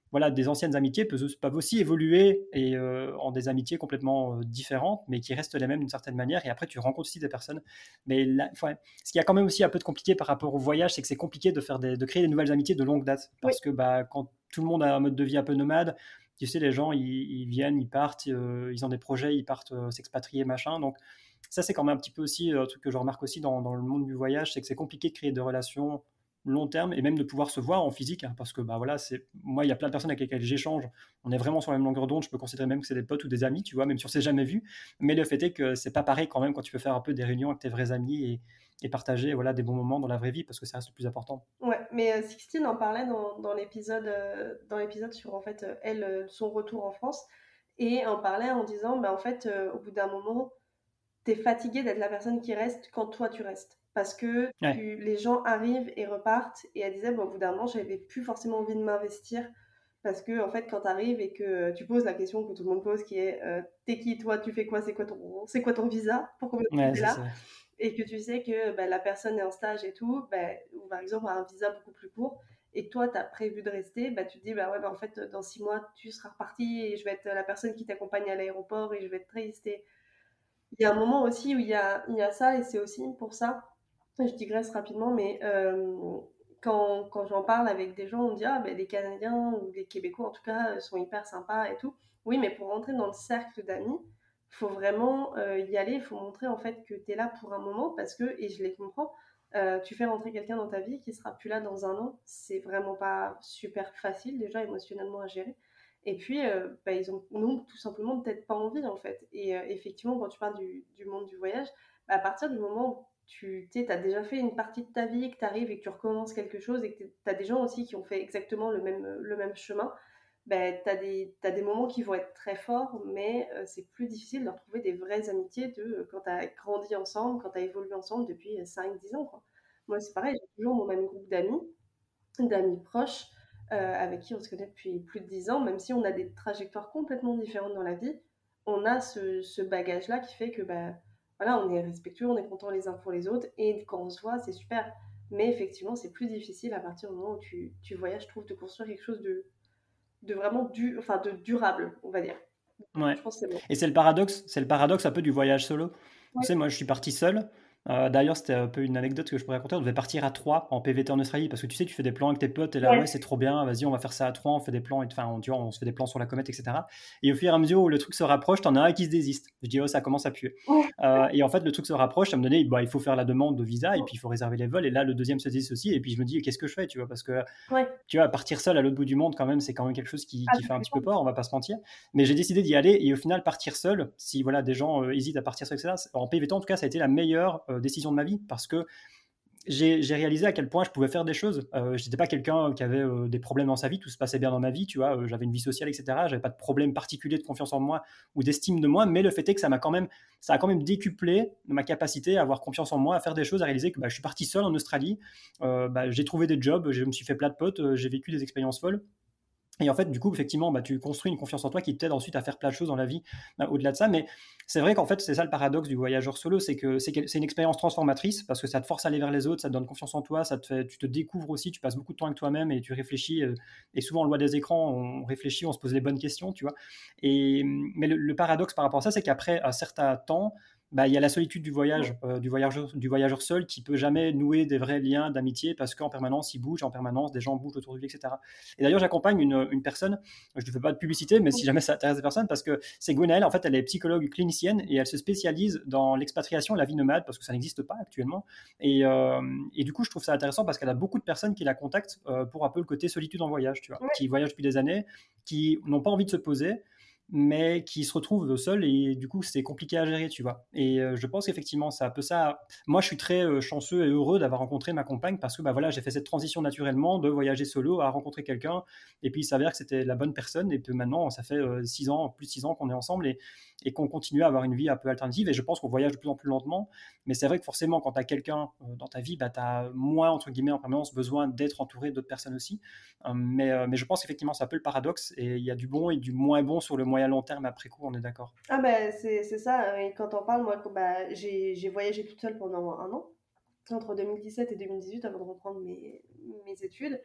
voilà, des anciennes amitiés peuvent, peuvent aussi évoluer et euh, en des amitiés complètement euh, différentes, mais qui restent les mêmes d'une certaine manière. Et après, tu rencontres aussi des personnes. Mais là, enfin, ce qui a quand même aussi un peu de compliqué par rapport au voyage, c'est que c'est compliqué de, faire des, de créer des nouvelles amitiés de longue date. Oui, Parce que bah, quand tout le monde a un mode de vie un peu nomade, tu sais, les gens, ils, ils viennent, ils partent, euh, ils ont des projets, ils partent euh, s'expatrier, machin. Donc, ça, c'est quand même un petit peu aussi euh, un truc que je remarque aussi dans, dans le monde du voyage, c'est que c'est compliqué de créer des relations long terme et même de pouvoir se voir en physique, hein, parce que bah voilà, c'est moi, il y a plein de personnes avec lesquelles j'échange, on est vraiment sur la même longueur d'onde, je peux considérer même que c'est des potes ou des amis, tu vois, même si on s'est jamais vu, mais le fait est que c'est pas pareil quand même quand tu peux faire un peu des réunions avec tes vrais amis et, et partager voilà des bons moments dans la vraie vie, parce que ça reste le plus important. ouais. Mais euh, Sixtine en parlait dans, dans l'épisode euh, dans l'épisode sur en fait euh, elle euh, son retour en France et en parlait en disant bah en fait euh, au bout d'un moment t'es fatigué d'être la personne qui reste quand toi tu restes. Parce que Ouais, tu, les gens arrivent et repartent. Et elle disait, bon, au bout d'un moment, j'avais plus forcément envie de m'investir. Parce que, en fait, quand tu arrives et que tu poses la question que tout le monde pose, qui est euh, t'es qui toi, tu fais quoi, c'est quoi ton, c'est quoi ton visa, pour combien de temps ouais, t'es ça là, c'est. et que tu sais que bah, la personne est en stage et tout, bah, ou par exemple a un visa beaucoup plus court, et que toi tu as prévu de rester, bah, tu te dis bah ouais, bah, en fait, dans six mois, tu seras reparti et je vais être la personne qui t'accompagne à l'aéroport et je vais être triste. Et il y a un moment aussi où il y a, il y a ça, et c'est aussi pour ça, je digresse rapidement, mais euh, quand, quand j'en parle avec des gens, on me dit ah ben les Canadiens ou les Québécois en tout cas euh, sont hyper sympas et tout. Oui, mais pour rentrer dans le cercle d'amis, il faut vraiment euh, y aller, il faut montrer en fait que tu es là pour un moment parce que, et je les comprends, euh, tu fais rentrer quelqu'un dans ta vie qui sera plus là dans un an, c'est vraiment pas super facile déjà émotionnellement à gérer. Et puis, euh, bah, ils ont non, tout simplement peut-être pas envie en fait. Et euh, effectivement, quand tu parles du, du monde du voyage, bah, à partir du moment où tu as déjà fait une partie de ta vie, que tu arrives et que tu recommences quelque chose et que tu as des gens aussi qui ont fait exactement le même, le même chemin, bah, tu as des, t'as des moments qui vont être très forts, mais euh, c'est plus difficile de retrouver des vraies amitiés de euh, quand tu as grandi ensemble, quand tu as évolué ensemble depuis cinq dix ans, quoi. Moi, c'est pareil, j'ai toujours mon même groupe d'amis, d'amis proches, euh, avec qui on se connaît depuis plus de dix ans, même si on a des trajectoires complètement différentes dans la vie, on a ce, ce bagage-là qui fait que bah, voilà, on est respectueux, on est content les uns pour les autres, et quand on se voit, c'est super. Mais effectivement, c'est plus difficile à partir du moment où tu, tu voyages, je trouve, de construire quelque chose de, de vraiment du, enfin, de durable, on va dire. Ouais. Je pense que c'est bon. Et c'est le paradoxe, c'est le paradoxe un peu du voyage solo. Tu Ouais, sais, moi, je suis parti seul. Euh, d'ailleurs, c'était un peu une anecdote que je pourrais raconter. On devait partir à trois en P V T en Australie parce que tu sais, tu fais des plans avec tes potes et là, ouais, ouais, c'est trop bien. Vas-y, on va faire ça à trois. On fait des plans, et enfin, on, tu vois, on se fait des plans sur la comète, et cetera. Et au fur et à mesure où le truc se rapproche, t'en as un qui se désiste. Je dis, oh, ça commence à puer. ouais, Euh, et en fait, le truc se rapproche. Ça me donnait, bah, il faut faire la demande de visa et puis il faut réserver les vols. Et là, le deuxième se désiste aussi. Et puis je me dis, qu'est-ce que je fais, tu vois, parce que ouais. tu vois, partir seul à l'autre bout du monde, quand même, c'est quand même quelque chose qui, Ah, qui c'est fait un petit peu flippant. peur, on va pas se mentir. Mais j'ai décidé d'y aller et au final, partir seul, si voilà, des gens euh, hésitent à partir seul, et cetera, en P V T, en tout cas, ça a été la meilleure euh, décision de ma vie parce que j'ai j'ai réalisé à quel point je pouvais faire des choses. Euh, je n'étais pas quelqu'un qui avait euh, des problèmes dans sa vie, tout se passait bien dans ma vie, tu vois, euh, j'avais une vie sociale, et cetera. J'avais pas de problème particulier de confiance en moi ou d'estime de moi, mais le fait est que ça m'a quand même, ça a quand même décuplé ma capacité à avoir confiance en moi, à faire des choses, à réaliser que bah, je suis parti seul en Australie, euh, bah, j'ai trouvé des jobs, je me suis fait plein de potes, euh, j'ai vécu des expériences folles. Et en fait, du coup, effectivement, bah, tu construis une confiance en toi qui t'aide ensuite à faire plein de choses dans la vie bah, au-delà de ça. Mais c'est vrai qu'en fait, c'est ça le paradoxe du voyageur solo, c'est que c'est, c'est une expérience transformatrice parce que ça te force à aller vers les autres, ça te donne confiance en toi, ça te fait, tu te découvres aussi, tu passes beaucoup de temps avec toi-même et tu réfléchis. euh, Et souvent, en loi des écrans, on réfléchit, on se pose les bonnes questions, tu vois. Et, mais le, le paradoxe par rapport à ça, c'est qu'après un certain temps, bah, il y a la solitude du voyage, euh, du, voyageur, du voyageur seul qui peut jamais nouer des vrais liens d'amitié parce qu'en permanence, il bouge, en permanence, des gens bougent autour de lui, et cetera. Et d'ailleurs, j'accompagne une, une personne, je ne fais pas de publicité, mais si jamais ça intéresse des personnes, parce que c'est Gwenaëlle, en fait, elle est psychologue clinicienne et elle se spécialise dans l'expatriation et la vie nomade, parce que ça n'existe pas actuellement. Et, euh, et du coup, je trouve ça intéressant parce qu'elle a beaucoup de personnes qui la contactent euh, pour un peu le côté solitude en voyage, tu vois, Ouais. qui voyagent depuis des années, qui n'ont pas envie de se poser, mais qui se retrouvent seuls et du coup c'est compliqué à gérer, tu vois. Et euh, je pense qu'effectivement c'est un peu ça. Moi je suis très euh, chanceux et heureux d'avoir rencontré ma compagne parce que bah voilà, j'ai fait cette transition naturellement de voyager solo à rencontrer quelqu'un et puis il s'avère que c'était la bonne personne et puis maintenant ça fait euh, six ans, plus de six ans qu'on est ensemble et, et qu'on continue à avoir une vie un peu alternative et je pense qu'on voyage de plus en plus lentement, mais c'est vrai que forcément quand tu as quelqu'un euh, dans ta vie, bah, tu as moins entre guillemets en permanence besoin d'être entouré d'autres personnes aussi. Euh, mais, euh, mais je pense qu'effectivement c'est un peu le paradoxe et il y a du bon et du moins bon sur le moyen long terme après coup, on est d'accord. Ah bah c'est c'est ça, hein, et quand on parle, moi bah, j'ai j'ai voyagé toute seule pendant un an, entre deux mille dix-sept et deux mille dix-huit avant de reprendre mes, mes études.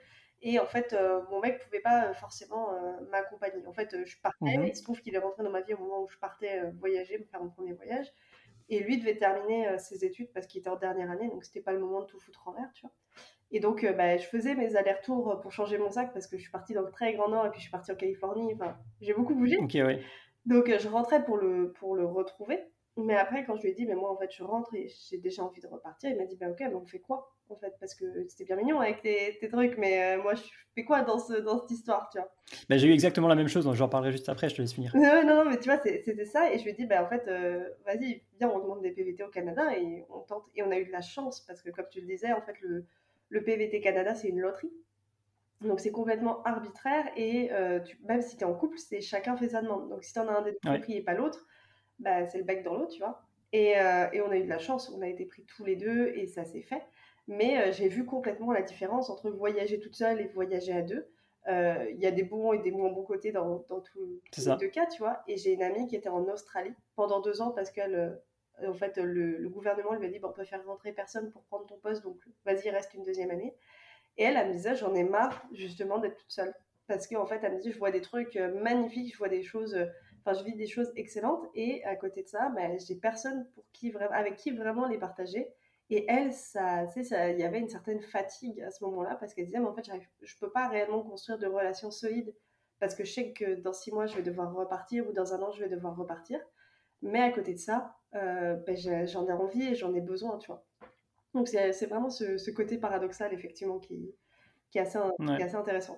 Et en fait, euh, mon mec pouvait pas euh, forcément euh, m'accompagner. En fait, euh, je partais, il Mhm. se trouve qu'il est rentré dans ma vie au moment où je partais euh, voyager, me faire mon premier voyage. Et lui devait terminer euh, ses études parce qu'il était en dernière année, donc c'était pas le moment de tout foutre en l'air, tu vois. Et donc, euh, bah, je faisais mes allers-retours pour changer mon sac parce que je suis partie dans le très grand nord et puis je suis partie en Californie. Enfin, j'ai beaucoup bougé. Ok, ouais. Donc, euh, je rentrais pour le, pour le retrouver. Mais après, quand je lui ai dit, mais moi, en fait, je rentre et j'ai déjà envie de repartir, il m'a dit, bah ok, mais on fait quoi, en fait? Parce que c'était bien mignon avec tes, tes trucs, mais euh, moi, je fais quoi dans, ce, dans cette histoire, tu vois? Bah, j'ai eu exactement la même chose, donc j'en parlerai juste après, je te laisse finir. Ouais, non, non, mais tu vois, c'est- c'était ça. Et je lui ai dit, bah en fait, euh, vas-y, viens, on demande des P V T au Canada et on tente. Et on a eu de la chance parce que, comme tu le disais, en fait, le, le P V T Canada, c'est une loterie. Donc c'est complètement arbitraire et euh, tu- même si tu es en couple, c'est chacun fait sa demande. Donc si tu en as un des deux Ouais. compris et pas l'autre, bah, c'est le bec dans l'eau, tu vois. Et, euh, et on a eu de la chance, on a été pris tous les deux et ça s'est fait. Mais euh, j'ai vu complètement la différence entre voyager toute seule et voyager à deux. Euh, Il y a des bons et des moins bons côtés dans, dans tous C'est les ça. deux cas, tu vois. Et j'ai une amie qui était en Australie pendant deux ans parce qu'elle, euh, en fait, le, le gouvernement lui a dit, bon, on peut faire rentrer personne pour prendre ton poste, donc vas-y, reste une deuxième année. Et elle, elle me disait, j'en ai marre justement d'être toute seule. Parce qu'en fait, elle me dit, je vois des trucs euh, magnifiques, je vois des choses, euh, enfin, je vis des choses excellentes. Et à côté de ça, bah, j'ai personne pour qui, vra- avec qui vraiment les partager. Et elle, ça, tu sais, ça- il y avait une certaine fatigue à ce moment-là parce qu'elle disait, mais en fait, j'arrive- je peux pas réellement construire de relations solides parce que je sais que dans six mois, je vais devoir repartir ou dans un an, je vais devoir repartir. Mais à côté de ça, euh, ben, j'ai- j'en ai envie et j'en ai besoin, tu vois. Donc c'est c'est vraiment ce, ce côté paradoxal, effectivement, qui, qui est assez, qui est Ouais. assez intéressant.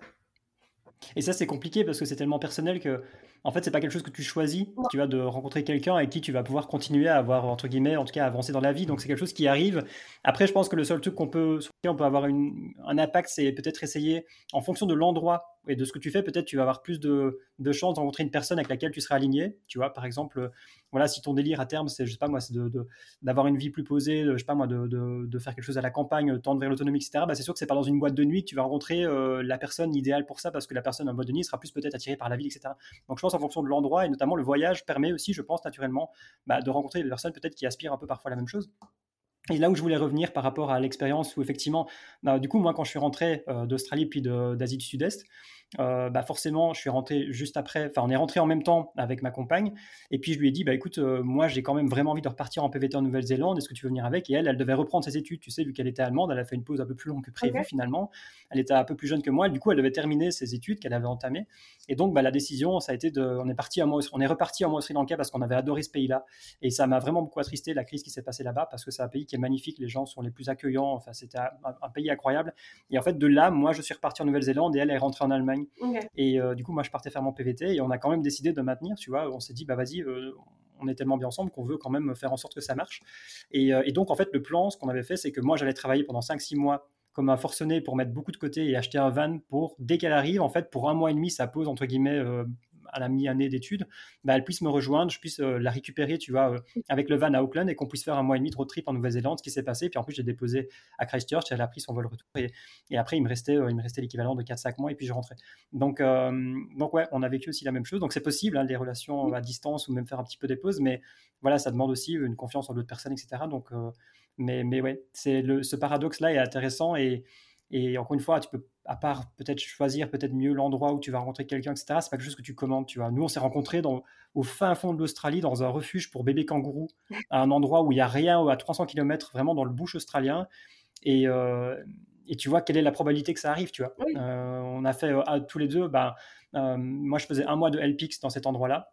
Et ça, c'est compliqué parce que c'est tellement personnel que, en fait, c'est pas quelque chose que tu choisis, tu vois, de rencontrer quelqu'un avec qui tu vas pouvoir continuer à avoir, entre guillemets, en tout cas, avancer dans la vie. Donc, c'est quelque chose qui arrive. Après, je pense que le seul truc qu'on peut, sur lequel on peut avoir une, un impact, c'est peut-être essayer, en fonction de l'endroit et de ce que tu fais, peut-être tu vas avoir plus de, de chances de rencontrer une personne avec laquelle tu seras aligné. Tu vois, par exemple, euh, voilà, si ton délire à terme, c'est, je sais pas moi, c'est de, de- d'avoir une vie plus posée, de, je sais pas moi, de, de, de faire quelque chose à la campagne, tendre vers l'autonomie, et cetera, bah, c'est sûr que c'est pas dans une boîte de nuit que tu vas rencontrer euh, la personne idéale pour ça, parce que la personne en boîte de nuit sera plus peut-être attirée par la ville, et cetera. Donc je pense en fonction de l'endroit, et notamment le voyage permet aussi, je pense naturellement, bah, de rencontrer des personnes peut-être qui aspirent un peu parfois à la même chose. Et là où je voulais revenir par rapport à l'expérience où effectivement, bah, du coup, moi, quand je suis rentré euh, d'Australie puis de, d'Asie du Sud-Est, euh, bah forcément, je suis rentré juste après. Enfin, on est rentré en même temps avec ma compagne. Et puis, je lui ai dit, bah écoute, euh, moi, j'ai quand même vraiment envie de repartir en P V T en Nouvelle-Zélande. Est-ce que tu veux venir avec? Et elle, elle devait reprendre ses études. Tu sais, vu qu'elle était allemande, elle a fait une pause un peu plus longue que Ok. prévu finalement. Elle était un peu plus jeune que moi. Du coup, elle devait terminer ses études qu'elle avait entamées. Et donc, bah, la décision, ça a été de, on est parti à moi, on est reparti en Sri Lanka parce qu'on avait adoré ce pays-là. Et ça m'a vraiment beaucoup attristé la crise qui s'est passée là-bas parce que c'est un pays qui est magnifique. Les gens sont les plus accueillants. Enfin, c'était un, un pays incroyable. Et en fait, de là, moi, je suis reparti en Nouvelle-Zélande et elle est rentrée en Allemagne. Ok. Et euh, du coup, moi, je partais faire mon P V T et on a quand même décidé de maintenir, tu vois. On s'est dit, bah vas-y, euh, on est tellement bien ensemble qu'on veut quand même faire en sorte que ça marche. Et, euh, et donc, en fait, le plan, ce qu'on avait fait, c'est que moi, j'allais travailler pendant cinq six mois comme un forcené pour mettre beaucoup de côté et acheter un van pour, dès qu'elle arrive, en fait, pour un mois et demi, sa pause, entre guillemets, euh, à la mi-année d'études, bah, elle puisse me rejoindre, je puisse euh, la récupérer, tu vois, euh, avec le van à Auckland et qu'on puisse faire un mois et demi de road trip en Nouvelle-Zélande, ce qui s'est passé. Puis en plus, j'ai déposé à Christchurch, elle a pris son vol retour. Et, et après, il me restait, euh, il me restait l'équivalent de quatre cinq mois et puis je rentrais. Donc, euh, donc ouais, on a vécu aussi la même chose. Donc c'est possible, hein, les relations à distance ou même faire un petit peu des pauses, mais voilà, ça demande aussi une confiance en l'autre personne, et cetera. Donc, euh, mais, mais ouais, c'est le, ce paradoxe-là est intéressant et, et encore une fois, tu peux, à part peut-être choisir peut-être mieux l'endroit où tu vas rencontrer quelqu'un, et cetera. C'est pas quelque chose que tu commandes, tu vois. Nous, on s'est rencontrés dans, au fin fond de l'Australie, dans un refuge pour bébés kangourous, à un endroit où il n'y a rien, à trois cents kilomètres, vraiment dans le bush australien. Et, euh, et tu vois quelle est la probabilité que ça arrive, tu vois. Oui. Euh, on a fait euh, tous les deux, bah, euh, moi je faisais un mois de L P I X dans cet endroit-là,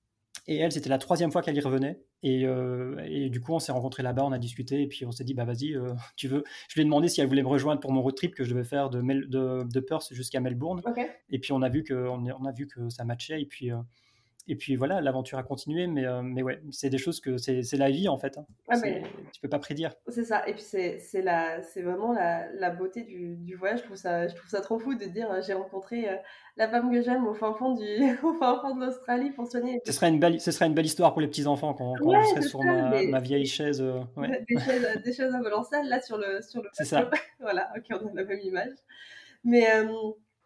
et elle c'était la troisième fois qu'elle y revenait, et, euh, et du coup on s'est rencontrés là-bas, on a discuté, et puis on s'est dit bah vas-y, euh, tu veux. Je lui ai demandé si elle voulait me rejoindre pour mon road trip que je devais faire de, Mel- de, de Perth jusqu'à Melbourne, Ok. et puis on a vu que, on, on a vu que ça matchait, et puis, euh, et puis voilà, l'aventure a continué, mais, euh, mais ouais, c'est des choses que c'est, c'est la vie en fait, hein. Ah ben, C'est, tu peux pas prédire. c'est ça. Et puis c'est c'est la c'est vraiment la, la beauté du, du voyage. Je trouve ça je trouve ça trop fou de dire euh, j'ai rencontré euh, la femme que j'aime au fin fond du au fin fond de l'Australie pour soigner. Ce serait une belle, ce serait une belle histoire pour les petits-enfants quand, quand je Ouais, serai c'est sur ça. ma, Des, ma vieille chaise. euh, ouais, des, des choses des choses à Valenciennes là sur le sur le c'est bateau. ça. Voilà. Ok, on a la même image. Mais euh,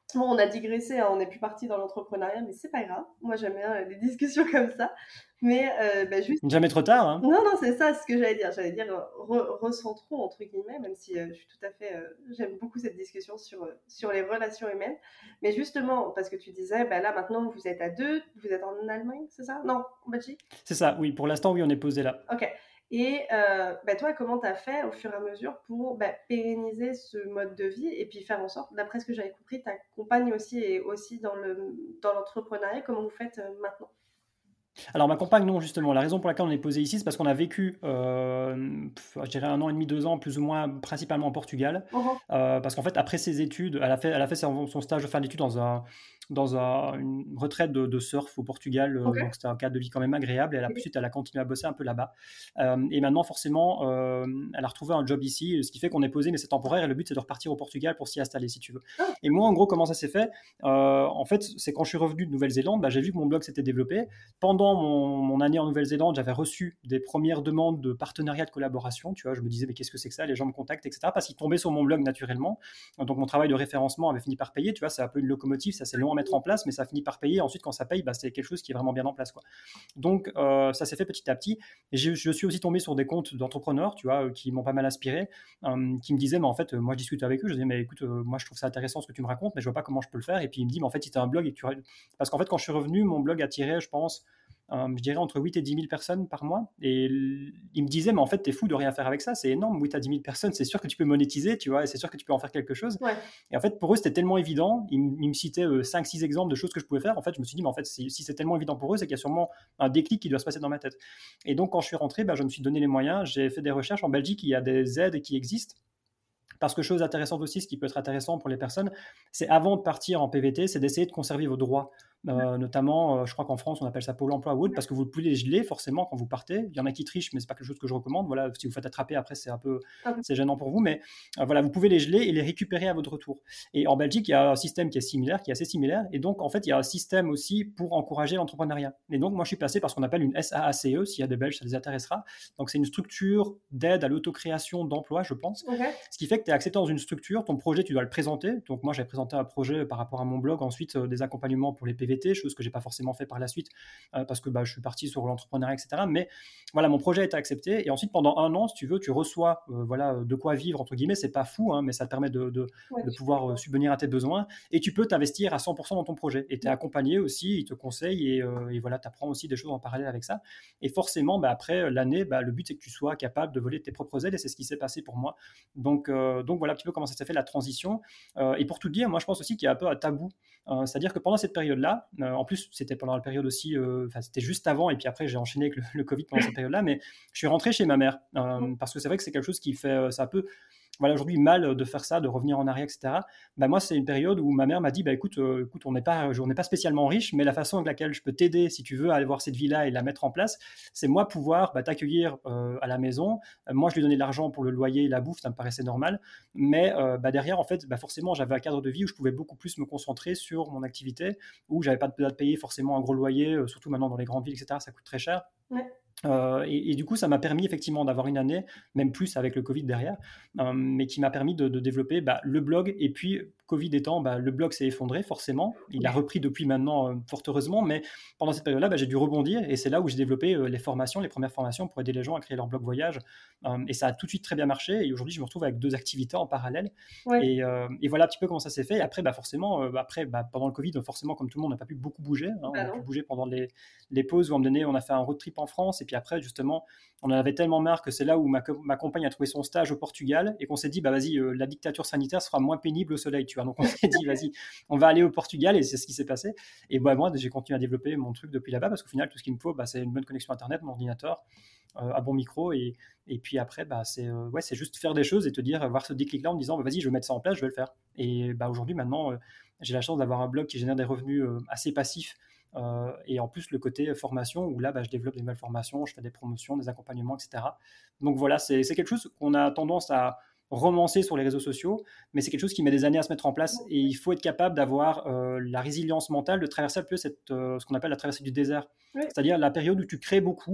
Bon, on a digressé, hein, on n'est plus parti dans l'entrepreneuriat, mais c'est pas grave. Moi, j'aime bien euh, les discussions comme ça. Mais euh, bah, juste Jamais trop tard, hein. non, non, c'est ça ce que j'allais dire. J'allais dire euh, re- recentrons entre guillemets, même si euh, je suis tout à fait, euh, j'aime beaucoup cette discussion sur, euh, sur les relations humaines. Mais justement, parce que tu disais, bah là maintenant vous êtes à deux, vous êtes en Allemagne, c'est ça? Non, en Belgique? C'est ça, oui, pour l'instant, oui, on est posé là. Ok. Et euh, bah toi, comment tu as fait au fur et à mesure pour bah, pérenniser ce mode de vie et puis faire en sorte, d'après ce que j'avais compris, ta compagne aussi est aussi dans le dans l'entrepreneuriat. Comment vous faites euh, maintenant? Alors ma compagne, non, justement. La raison pour laquelle on est posé ici, c'est parce qu'on a vécu, euh, pff, je dirais un an et demi, deux ans, plus ou moins, principalement au Portugal. Mhm. Euh, parce qu'en fait, après ses études, elle a fait, elle a fait son, son stage de fin d'études dans, un, dans un- une retraite de, de surf au Portugal. Ok. Euh, donc c'était un cadre de vie quand même agréable. Et elle a, ensuite, elle a continué à bosser un peu là-bas. Euh, et maintenant, forcément, euh, elle a retrouvé un job ici, ce qui fait qu'on est posé, mais c'est temporaire. Et le but, c'est de repartir au Portugal pour s'y installer, si tu veux. Ah, Et moi, en gros, comment ça s'est fait? Euh, En fait, c'est quand je suis revenu de Nouvelle-Zélande, bah, j'ai vu que mon blog s'était développé. Pendant mon, mon année en Nouvelle-Zélande, j'avais reçu des premières demandes de partenariat, de collaboration. Tu vois, je me disais, mais qu'est-ce que c'est que ça? Les gens me contactent, et cetera. Parce qu'ils tombaient sur mon blog naturellement. Donc, mon travail de référencement avait fini par payer. Tu vois, c'est un peu une locomotive, ça c'est long à mettre en place, mais ça finit par payer. Ensuite, quand ça paye, bah, c'est quelque chose qui est vraiment bien en place, quoi. Donc, euh, ça s'est fait petit à petit. Et je, je, suis aussi tombé sur des comptes d'entrepreneurs, tu vois, qui m'ont pas mal inspiré, euh, qui me disaient, mais en fait, moi, je discute avec eux. Je disais, mais écoute, euh, moi, je trouve ça intéressant ce que tu me racontes, mais je vois pas comment je peux le faire. Et puis, il me dit, mais en fait, si tu as un blog et que tu. Parce qu'en fait, quand je suis revenu, mon blog attirait, je pense, euh, je dirais entre huit et dix mille personnes par mois. Et il me disait, mais en fait, t'es fou de rien faire avec ça, c'est énorme, huit à dix mille personnes, c'est sûr que tu peux monétiser, tu vois, et c'est sûr que tu peux en faire quelque chose. ouais. Et en fait, pour eux, c'était tellement évident, ils, me citaient euh, cinq six exemples de choses que je pouvais faire. En fait, je me suis dit, mais en fait, si, si c'est tellement évident pour eux, c'est qu'il y a sûrement un déclic qui doit se passer dans ma tête. Et donc, quand je suis rentré, bah, je me suis donné les moyens, j'ai fait des recherches. En Belgique, il y a des aides qui existent. Parce que chose intéressante aussi, ce qui peut être intéressant pour les personnes, c'est avant de partir en P V T, c'est d'essayer de conserver vos droits. Euh, notamment, euh, je crois qu'en France, on appelle ça Pôle emploi ou autre, parce que vous pouvez les geler forcément quand vous partez. Il y en a qui trichent, mais c'est pas quelque chose que je recommande. Voilà, si vous faites attraper, après, c'est un peu, Ah, c'est gênant pour vous, mais euh, voilà, vous pouvez les geler et les récupérer à votre retour. Et en Belgique, il y a un système qui est similaire, qui est assez similaire, et donc en fait, il y a un système aussi pour encourager l'entrepreneuriat. Et donc, moi, je suis passé par ce qu'on appelle une S A A C E. S'il y a des Belges, ça les intéressera. Donc, c'est une structure d'aide à l'autocréation d'emploi, je pense. okay. Ce qui fait que tu es accepté dans une structure, ton projet, tu dois le présenter. Donc moi, j'ai présenté un projet par rapport à mon blog, ensuite euh, des accompagnements pour les P V T, chose que j'ai pas forcément fait par la suite euh, parce que bah, je suis parti sur l'entrepreneuriat, et cetera. Mais voilà, mon projet a été accepté. Et ensuite, pendant un an, si tu veux, tu reçois euh, voilà, de quoi vivre, entre guillemets. C'est pas fou, hein, mais ça te permet de, de, Ouais, de super. pouvoir euh, subvenir à tes besoins. Et tu peux t'investir à cent pour cent dans ton projet. Et tu es accompagné aussi, ils te conseillent et, euh, et voilà, tu apprends aussi des choses en parallèle avec ça. Et forcément, bah, après l'année, bah, le but, c'est que tu sois capable de voler tes propres ailes. Et c'est ce qui s'est passé pour moi. Donc, euh, donc voilà un petit peu comment ça s'est fait la transition. Euh, et pour tout dire, moi je pense aussi qu'il y a un peu un tabou. Euh, c'est-à-dire que pendant cette période-là, euh, en plus c'était pendant la période aussi, euh, enfin c'était juste avant, et puis après j'ai enchaîné avec le, le Covid pendant cette période-là, mais je suis rentré chez ma mère. Euh, parce que c'est vrai que c'est quelque chose qui fait, euh, c'est un peu voilà, aujourd'hui, mal de faire ça, de revenir en arrière, et cetera. Bah, moi, c'est une période où ma mère m'a dit, bah, écoute, euh, écoute, on n'est pas, on n'est pas spécialement riche, mais la façon avec laquelle je peux t'aider, si tu veux, à aller voir cette vie-là et la mettre en place, c'est moi pouvoir bah, t'accueillir euh, à la maison. Euh, moi, je lui donnais de l'argent pour le loyer, la bouffe, ça me paraissait normal. Mais euh, bah, derrière, en fait, bah, forcément, j'avais un cadre de vie où je pouvais beaucoup plus me concentrer sur mon activité, où j'avais pas de payer forcément un gros loyer, euh, surtout maintenant dans les grandes villes, et cetera. Ça coûte très cher. Ouais. Euh, et, et, du coup, ça m'a permis effectivement d'avoir une année, même plus avec le Covid derrière, euh, mais qui m'a permis de, de développer bah, le blog. Et puis, Covid étant, bah, le blog s'est effondré forcément. Il a repris depuis maintenant, euh, fort heureusement, mais pendant cette période-là, bah, j'ai dû rebondir. Et c'est là où j'ai développé euh, les formations, les premières formations pour aider les gens à créer leur blog voyage. Euh, et ça a tout de suite très bien marché. Et aujourd'hui, je me retrouve avec deux activités en parallèle. Ouais. Et, euh, et voilà un petit peu comment ça s'est fait. Et après, bah, forcément, euh, après, bah, pendant le Covid, forcément, comme tout le monde, on n'a pas pu beaucoup bouger. Hein, bah on a non. pu bouger pendant les, les pauses où, à un moment donné, on a fait un road trip en France. Et puis après, justement, on en avait tellement marre que c'est là où ma, ma compagne a trouvé son stage au Portugal et qu'on s'est dit, bah vas-y, euh, la dictature sanitaire sera moins pénible au soleil, tu vois. Donc on s'est dit, vas-y, on va aller au Portugal et c'est ce qui s'est passé. Et bah, moi, j'ai continué à développer mon truc depuis là-bas parce qu'au final, tout ce qu'il me faut, bah, c'est une bonne connexion Internet, mon ordinateur, euh, un bon micro et, et puis après, bah, c'est euh, ouais, c'est juste faire des choses et te dire, avoir ce déclic-là en me disant, bah, vas-y, je vais mettre ça en place, je vais le faire. Et bah, aujourd'hui, maintenant, euh, j'ai la chance d'avoir un blog qui génère des revenus euh, assez passifs. Euh, et en plus, le côté formation, où là, bah, je développe des nouvelles formations, je fais des promotions, des accompagnements, et cetera. Donc voilà, c'est, c'est quelque chose qu'on a tendance à romancer sur les réseaux sociaux, mais c'est quelque chose qui met des années à se mettre en place. Et il faut être capable d'avoir euh, la résilience mentale, de traverser un peu cette, euh, ce qu'on appelle la traversée du désert. Ouais. C'est-à-dire la période où tu crées beaucoup,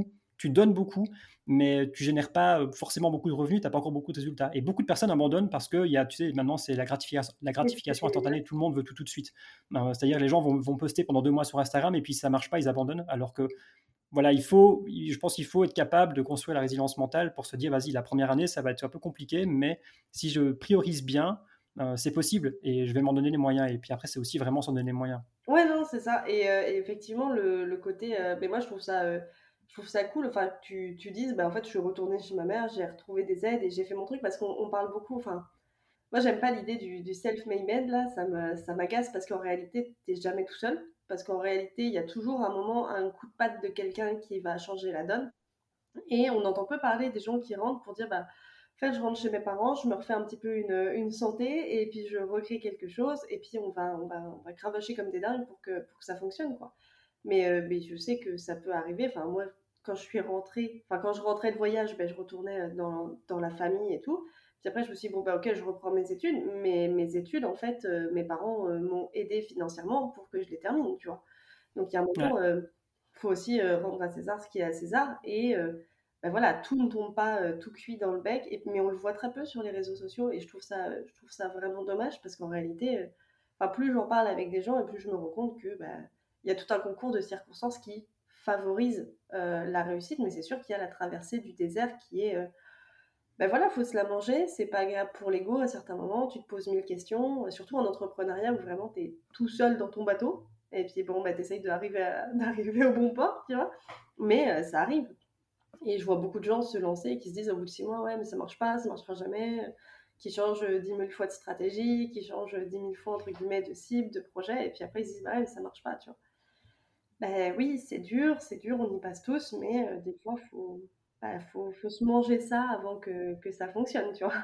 tu donnes beaucoup, mais tu génères pas euh, forcément beaucoup de revenus, tu n'as pas encore beaucoup de résultats. Et beaucoup de personnes abandonnent parce que il y a, tu sais, maintenant, c'est la gratification, la Oui, c'est gratification génial. instantanée. Tout le monde veut tout tout de suite. Euh, c'est-à-dire, les gens vont, vont poster pendant deux mois sur Instagram et puis ça marche pas, ils abandonnent. Alors que, voilà, il faut, je pense qu'il faut être capable de construire la résilience mentale pour se dire, vas-y, la première année, ça va être un peu compliqué, mais si je priorise bien, euh, c'est possible et je vais m'en donner les moyens. Et puis après, c'est aussi vraiment s'en donner les moyens. Ouais, non, c'est ça. Et, euh, et effectivement, le, le côté. Euh, mais moi, je trouve ça, euh, je trouve ça cool. Enfin, que tu, tu dises, bah, en fait, je suis retournée chez ma mère, j'ai retrouvé des aides et j'ai fait mon truc parce qu'on on parle beaucoup. Enfin, moi, j'aime pas l'idée du, du self-made man, là. Ça me, ça m'agace parce qu'en réalité, t'es jamais tout seul. Parce qu'en réalité, il y a toujours un moment, un coup de patte de quelqu'un qui va changer la donne. Et on entend peu parler des gens qui rentrent pour dire, bah, en fait, je rentre chez mes parents, je me refais un petit peu une, une santé, et puis je recrée quelque chose, et puis on va, on va, on va cravacher comme des dingues pour que, pour que ça fonctionne, quoi. Mais, euh, mais je sais que ça peut arriver. Enfin, moi, quand je suis rentrée, enfin, quand je rentrais de voyage, ben, je retournais dans, dans la famille et tout. Puis après, je me suis dit, bon, bah, ok, je reprends mes études. Mais mes études, en fait, euh, mes parents euh, m'ont aidé financièrement pour que je les termine, tu vois. Donc, il y a un Ouais. moment, il faut aussi euh, rendre à César ce qui est à César. Et euh, ben voilà, tout ne tombe pas euh, tout cuit dans le bec. Et, mais on le voit très peu sur les réseaux sociaux. Et je trouve ça, euh, je trouve ça vraiment dommage parce qu'en réalité, euh, enfin, plus j'en parle avec des gens et plus je me rends compte que bah, il y a tout un concours de circonstances qui favorise euh, la réussite. Mais c'est sûr qu'il y a la traversée du désert qui est. Euh, ben voilà, faut se la manger. C'est pas agréable pour l'ego à certains moments. Tu te poses mille questions, euh, surtout en entrepreneuriat où vraiment tu es tout seul dans ton bateau. Et puis bon, bah, tu essayes d'arriver, à- d'arriver au bon port, tu vois. Mais euh, ça arrive. Et je vois beaucoup de gens se lancer et qui se disent au bout de six mois, ouais, mais ça marche pas, ça marchera jamais, euh, qui changent euh, dix mille fois de stratégie, qui changent dix mille fois, entre guillemets, de cible, de projet, et puis après ils se disent, bah ouais, mais ça marche pas, tu vois. Ben oui, c'est dur, c'est dur, on y passe tous, mais euh, des fois, faut, bah, faut, faut se manger ça avant que, que ça fonctionne, tu vois.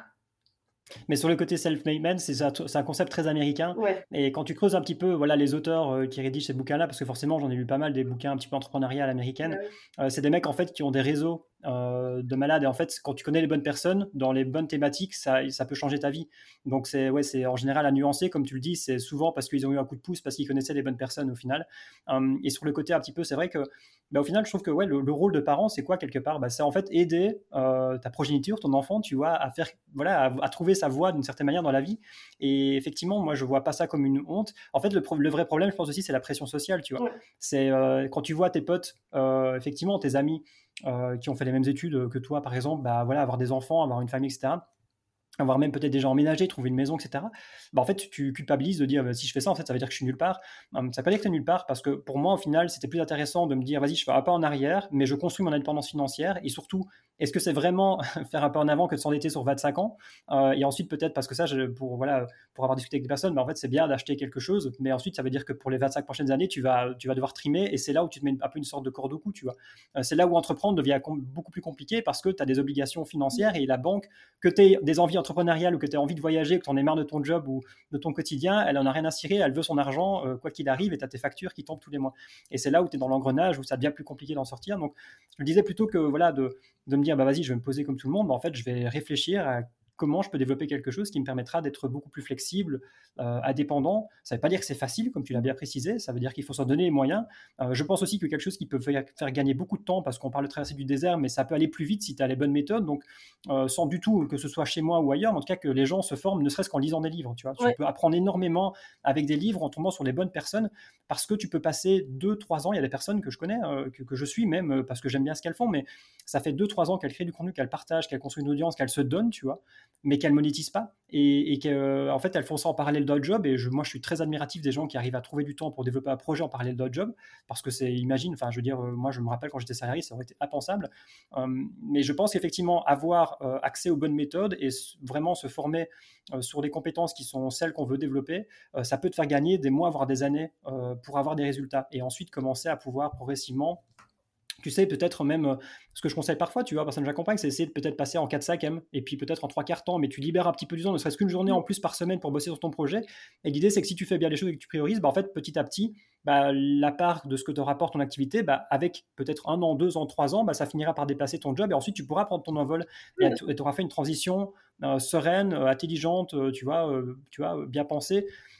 Mais sur le côté self-made man, c'est ça- c'est un concept très américain. Ouais, Et quand tu creuses un petit peu, voilà, les auteurs euh, qui rédigent ces bouquins-là, parce que forcément, j'en ai lu pas mal des bouquins un petit peu entrepreneurial bah américaines, oui. euh, c'est des mecs en fait qui ont des réseaux euh, de malades. Et en fait, quand tu connais les bonnes personnes dans les bonnes thématiques, ça, ça peut changer ta vie. Donc c'est ouais, c'est en général à nuancer, comme tu le dis, c'est souvent parce qu'ils ont eu un coup de pouce, parce qu'ils connaissaient les bonnes personnes au final. Euh, et sur le côté un petit peu, c'est vrai que bah, au final, je trouve que ouais, le, le rôle de parent, c'est quoi quelque part? Bah, c'est en fait aider euh, ta progéniture, ton enfant, tu vois, à faire, voilà, à, à trouver sa voie d'une certaine manière dans la vie. Et effectivement, moi, je vois pas ça comme une honte. En fait, le, pro- le vrai problème, je pense aussi, c'est la pression sociale, tu vois. Ouais. C'est euh, quand tu vois tes potes, euh, effectivement, tes amis euh, qui ont fait les mêmes études que toi, par exemple, bah voilà, avoir des enfants, avoir une famille, et cetera, avoir même peut-être déjà emménagé, trouver une maison, et cetera. Bah, en fait, tu culpabilises de dire, bah, si je fais ça, en fait, ça veut dire que je suis nulle part. Hum, ça veut pas dire que tu es nulle part, parce que pour moi, au final, c'était plus intéressant de me dire, vas-y, je fais un pas en arrière, mais je construis mon indépendance financière. Et surtout, est-ce que c'est vraiment faire un pas en avant que de s'endetter sur vingt-cinq ans? Euh, Et ensuite, peut-être, parce que ça, je- pour, voilà, pour avoir discuté avec des personnes, bah, en fait, c'est bien d'acheter quelque chose, mais ensuite, ça veut dire que pour les vingt-cinq prochaines années, tu vas, tu vas devoir trimer, et c'est là où tu te mets un peu une sorte de corde au cou, tu vois. Euh, c'est là où entreprendre devient com- beaucoup plus compliqué parce que tu as des obligations financières et la banque, que tu aies des envies entrepreneuriales ou que tu aies envie de voyager, que tu en aies marre de ton job ou de ton quotidien, elle en a rien à cirer, elle veut son argent, euh, quoi qu'il arrive, et tu as tes factures qui tombent tous les mois. Et c'est là où tu es dans l'engrenage, où ça devient plus compliqué d'en sortir. Donc, je me disais plutôt que voilà, de, de me dire, bah vas-y, je vais me poser comme tout le monde, bah, en fait, je vais réfléchir à comment je peux développer quelque chose qui me permettra d'être beaucoup plus flexible, euh, indépendant. Ça ne veut pas dire que c'est facile, comme tu l'as bien précisé, ça veut dire qu'il faut s'en donner les moyens. Euh, je pense aussi que quelque chose qui peut faire, faire gagner beaucoup de temps, parce qu'on parle de traverser du désert, mais ça peut aller plus vite si tu as les bonnes méthodes. Donc, euh, sans du tout que ce soit chez moi ou ailleurs, mais en tout cas que les gens se forment, ne serait-ce qu'en lisant des livres. Tu vois, tu Ouais. peux apprendre énormément avec des livres en tombant sur les bonnes personnes, parce que tu peux passer deux, trois ans. Il y a des personnes que je connais, euh, que, que, je suis même, euh, parce que j'aime bien ce qu'elles font, mais ça fait deux, trois ans qu'elles créent du contenu, qu'elles partagent, qu'elles construisent une audience, qu'elles se donnent, tu vois, mais qu'elles monétisent pas, et, et qu'en euh, fait elles font ça en parallèle d'autres jobs. Et je, moi, je suis très admiratif des gens qui arrivent à trouver du temps pour développer un projet en parallèle d'autres jobs, parce que c'est, imagine, enfin, je veux dire, euh, moi, je me rappelle quand j'étais salarié, ça aurait été impensable. Euh, mais je pense qu'effectivement, avoir euh, accès aux bonnes méthodes et vraiment se former euh, sur des compétences qui sont celles qu'on veut développer, euh, ça peut te faire gagner des mois, voire des années euh, pour avoir des résultats. Et ensuite, commencer à pouvoir progressivement, tu sais, peut-être même, euh, ce que je conseille parfois, tu vois, personne que j'accompagne, c'est essayer de peut-être passer en quatre cinq et puis peut-être en trois quarts temps, mais tu libères un petit peu du temps, ne serait-ce qu'une journée en plus par semaine pour bosser sur ton projet. Et l'idée, c'est que si tu fais bien les choses et que tu priorises, bah, en fait, petit à petit, bah, la part de ce que te rapporte ton activité, bah, avec peut-être un an, deux ans, trois ans, bah, ça finira par dépasser ton job, et ensuite tu pourras prendre ton envol et tu auras fait une transition euh, sereine, euh, intelligente, euh, tu vois, euh, tu vois, euh, bien pensée.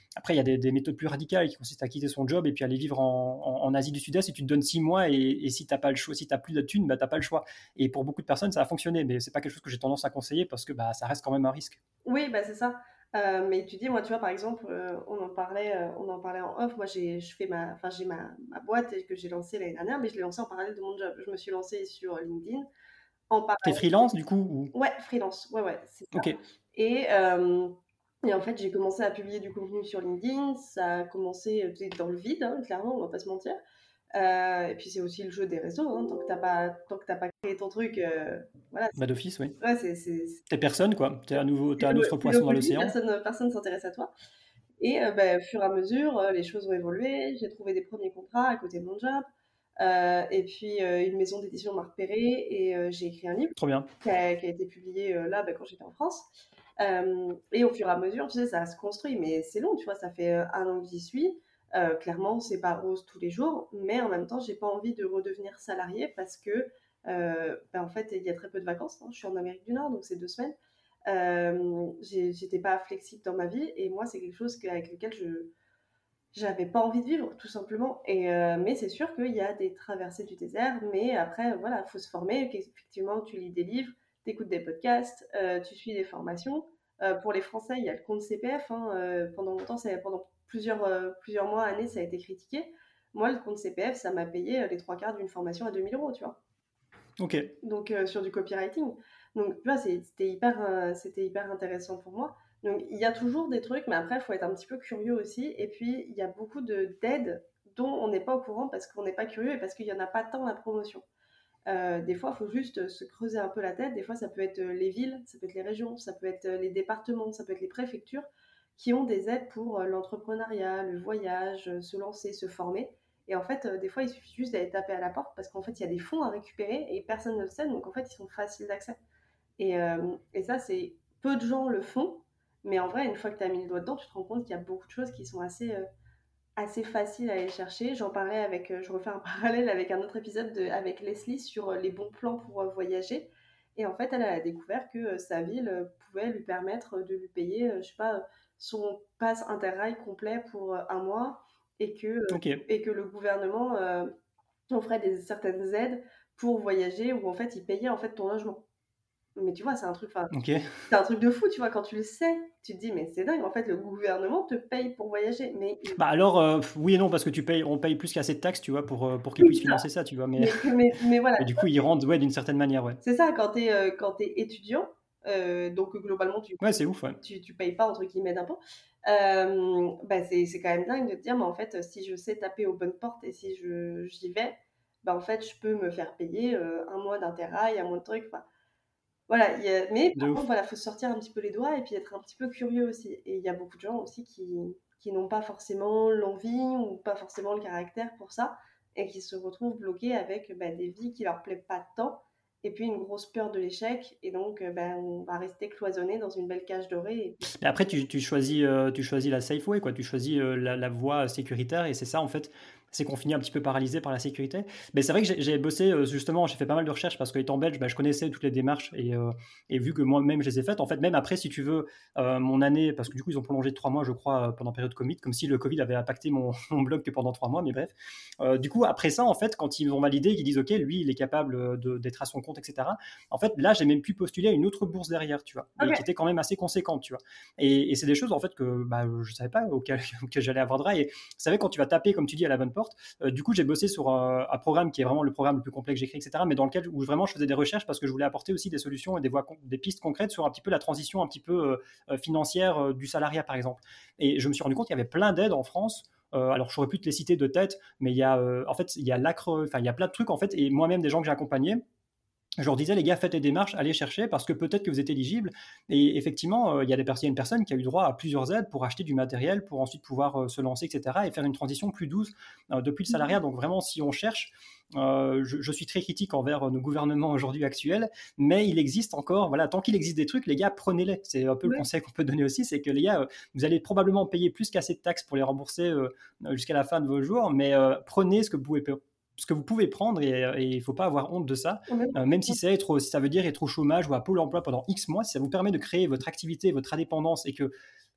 Après, il y a des, des méthodes plus radicales qui consistent à quitter son job et puis aller vivre en, en, en Asie du Sud-Est et tu te donnes six mois et, et si tu n'as pas le choix, si tu n'as plus de thunes, bah, tu n'as pas le choix. Et pour beaucoup de personnes, ça a fonctionné, mais c'est pas quelque chose que j'ai tendance à conseiller parce que bah, ça reste quand même un risque. Oui, bah c'est ça. Euh, mais tu dis, moi, tu vois, par exemple, euh, on en parlait, euh, on en parlait en off. Moi, j'ai, je fais ma, enfin, j'ai ma, ma boîte que j'ai lancée l'année dernière, mais je l'ai lancée en parallèle de mon job. Je me suis lancée sur LinkedIn en T'es parallèle. freelance du coup ou... Ouais, freelance. Ouais, ouais, c'est ça. Ok, Et, euh, et en fait, j'ai commencé à publier du contenu sur LinkedIn. Ça a commencé euh, dans le vide, hein, clairement, on va pas se mentir. Euh, et puis c'est aussi le jeu des réseaux, hein. Tant que t'as pas, tant que t'as pas créé ton truc, euh, voilà. bah d'office, oui. Ouais, c'est, c'est, T'es personne, quoi. T'es à nouveau, c'est t'es un le, autre c'est le poisson dans hobby, l'océan. personne, personne s'intéresse à toi. Et euh, bah, au fur et à mesure, euh, les choses ont évolué. J'ai trouvé des premiers contrats à côté de mon job. Euh, et puis euh, une maison d'édition m'a repéré et euh, j'ai écrit un livre Trop bien. qui a, qui a été publié euh, là bah, quand j'étais en France. Euh, et au fur et à mesure, tu sais, ça se construit, mais c'est long, tu vois, ça fait euh, un an que j'y suis. Euh, clairement, c'est pas rose tous les jours, mais en même temps, j'ai pas envie de redevenir salarié parce que, euh, bah, en fait, il y a très peu de vacances, hein. Je suis en Amérique du Nord, donc c'est deux semaines. Euh, j'ai- j'étais pas flexible dans ma vie et moi, c'est quelque chose que- avec lequel je j'avais pas envie de vivre, tout simplement. Et, euh, mais c'est sûr qu'il y a des traversées du désert, mais après, voilà, il faut se former. Effectivement, tu lis des livres, tu écoutes des podcasts, euh, tu suis des formations. Euh, pour les Français, il y a le compte C P F, hein. Euh, pendant longtemps, ça- pendant plusieurs, euh, plusieurs mois, années, ça a été critiqué. Moi, le compte C P F, ça m'a payé euh, les trois quarts d'une formation à deux mille euros, tu vois. Ok. Donc, euh, sur du copywriting. Donc, tu vois, c'est- c'était hyper, euh, c'était hyper intéressant pour moi. Donc, il y a toujours des trucs, mais après, il faut être un petit peu curieux aussi. Et puis, il y a beaucoup de d'aides dont on n'est pas au courant parce qu'on n'est pas curieux et parce qu'il n'y en a pas tant la promotion. Euh, des fois, il faut juste se creuser un peu la tête. Des fois, ça peut être euh, les villes, ça peut être les régions, ça peut être euh, les départements, ça peut être les préfectures qui ont des aides pour euh, l'entrepreneuriat, le voyage, euh, se lancer, se former. Et en fait, euh, des fois, il suffit juste d'aller taper à la porte parce qu'en fait, il y a des fonds à récupérer et personne ne le sait. Donc, en fait, ils sont faciles d'accès. Et, euh, et ça, c'est peu de gens le font. Mais en vrai, une fois que tu as mis le doigt dedans, tu te rends compte qu'il y a beaucoup de choses qui sont assez, euh, assez faciles à aller chercher. J'en parlais avec, euh, je refais un parallèle avec un autre épisode de, avec Leslie sur euh, les bons plans pour euh, voyager. Et en fait, elle a découvert que euh, sa ville euh, pouvait lui permettre de lui payer, euh, je sais pas, son pass Interrail complet pour euh, un mois et que, euh, Ok. et que le gouvernement euh, offrait des, certaines aides pour voyager où en fait, il payait en fait ton logement. Mais tu vois, c'est un truc, enfin, Ok. c'est un truc de fou, tu vois, quand tu le sais, tu te dis, mais c'est dingue, en fait, le gouvernement te paye pour voyager. Mais, Bah alors, euh, oui et non, parce que tu payes, on paye plus qu'assez de taxes, tu vois, pour, euh, pour qu'ils puissent financer ça, tu vois. Mais, mais, mais, mais voilà, mais du coup, ils rendent, ouais, d'une certaine manière, ouais. c'est ça, quand tu es, euh, quand t'es étudiant, euh, donc globalement, tu, Ouais, c'est ouf, ouais. tu, tu payes pas, entre guillemets, d'impôts, euh, bah, c'est, c'est quand même dingue de te dire, mais en fait, si je sais taper aux bonnes portes et si je, j'y vais, bah, en fait, je peux me faire payer euh, un mois d'interrail, un mois de trucs, enfin, voilà, il y a- mais De par contre, ouf. voilà, faut se sortir un petit peu les doigts et puis être un petit peu curieux aussi. Et il y a beaucoup de gens aussi qui, qui n'ont pas forcément l'envie ou pas forcément le caractère pour ça et qui se retrouvent bloqués avec bah, des vies qui leur plaisent pas tant et puis une grosse peur de l'échec et donc euh, ben, on va rester cloisonné dans une belle cage dorée. Et puis... Mais après, tu, tu choisis, euh, tu choisis la safe way, quoi. Tu choisis euh, la, la voie sécuritaire et c'est ça, en fait, c'est qu'on finit un petit peu paralysé par la sécurité. Mais c'est vrai que j'ai, j'ai bossé, euh, justement, j'ai fait pas mal de recherches parce qu'étant belge, bah, je connaissais toutes les démarches et, euh, et vu que moi-même je les ai faites, en fait, même après, si tu veux, euh, mon année, parce que du coup, ils ont prolongé de trois mois, je crois, euh, pendant période Covid, comme si le Covid avait impacté mon, mon blog que pendant trois mois, mais bref. Euh, du coup, après ça, en fait, quand ils vont valider, ils disent, OK, lui, il est capable de, d'être à son compte, et cetera. En fait, là, j'ai même pu postuler à une autre bourse derrière, tu vois, et qui Ok, était quand même assez conséquente, tu vois. Et, et c'est des choses en fait que bah, je ne savais pas auxquelles, auxquelles j'allais avoir droit. Et vous savez, quand tu vas taper, comme tu dis, à la bonne porte, euh, du coup, j'ai bossé sur un, un programme qui est vraiment le programme le plus complet que j'ai écrit, et cetera. Mais dans lequel où vraiment je faisais des recherches parce que je voulais apporter aussi des solutions et des, voies, des pistes concrètes sur un petit peu la transition un petit peu euh, financière euh, du salariat, par exemple. Et je me suis rendu compte qu'il y avait plein d'aides en France. Euh, alors, j'aurais pu te les citer de tête, mais il y a, euh, en fait, il y a l'acre, enfin, il y a plein de trucs en fait, et moi-même des gens que j'ai accompagnés je leur disais, les gars, faites les démarches, allez chercher, parce que peut-être que vous êtes éligible. Et effectivement, euh, il y a des personnes, une personne qui a eu droit à plusieurs aides pour acheter du matériel, pour ensuite pouvoir euh, se lancer, et cetera, et faire une transition plus douce euh, depuis le salariat. Donc vraiment, si on cherche, euh, je, je suis très critique envers nos gouvernements aujourd'hui actuels, mais il existe encore, voilà, tant qu'il existe des trucs, les gars, prenez-les. C'est un peu le ouais. conseil qu'on peut donner aussi, c'est que les gars, euh, vous allez probablement payer plus qu'assez de taxes pour les rembourser euh, jusqu'à la fin de vos jours, mais euh, prenez ce que vous pouvez ce que vous pouvez prendre et il ne faut pas avoir honte de ça, euh, même si, c'est être, si ça veut dire être au chômage ou à Pôle emploi pendant X mois, si ça vous permet de créer votre activité, votre indépendance et que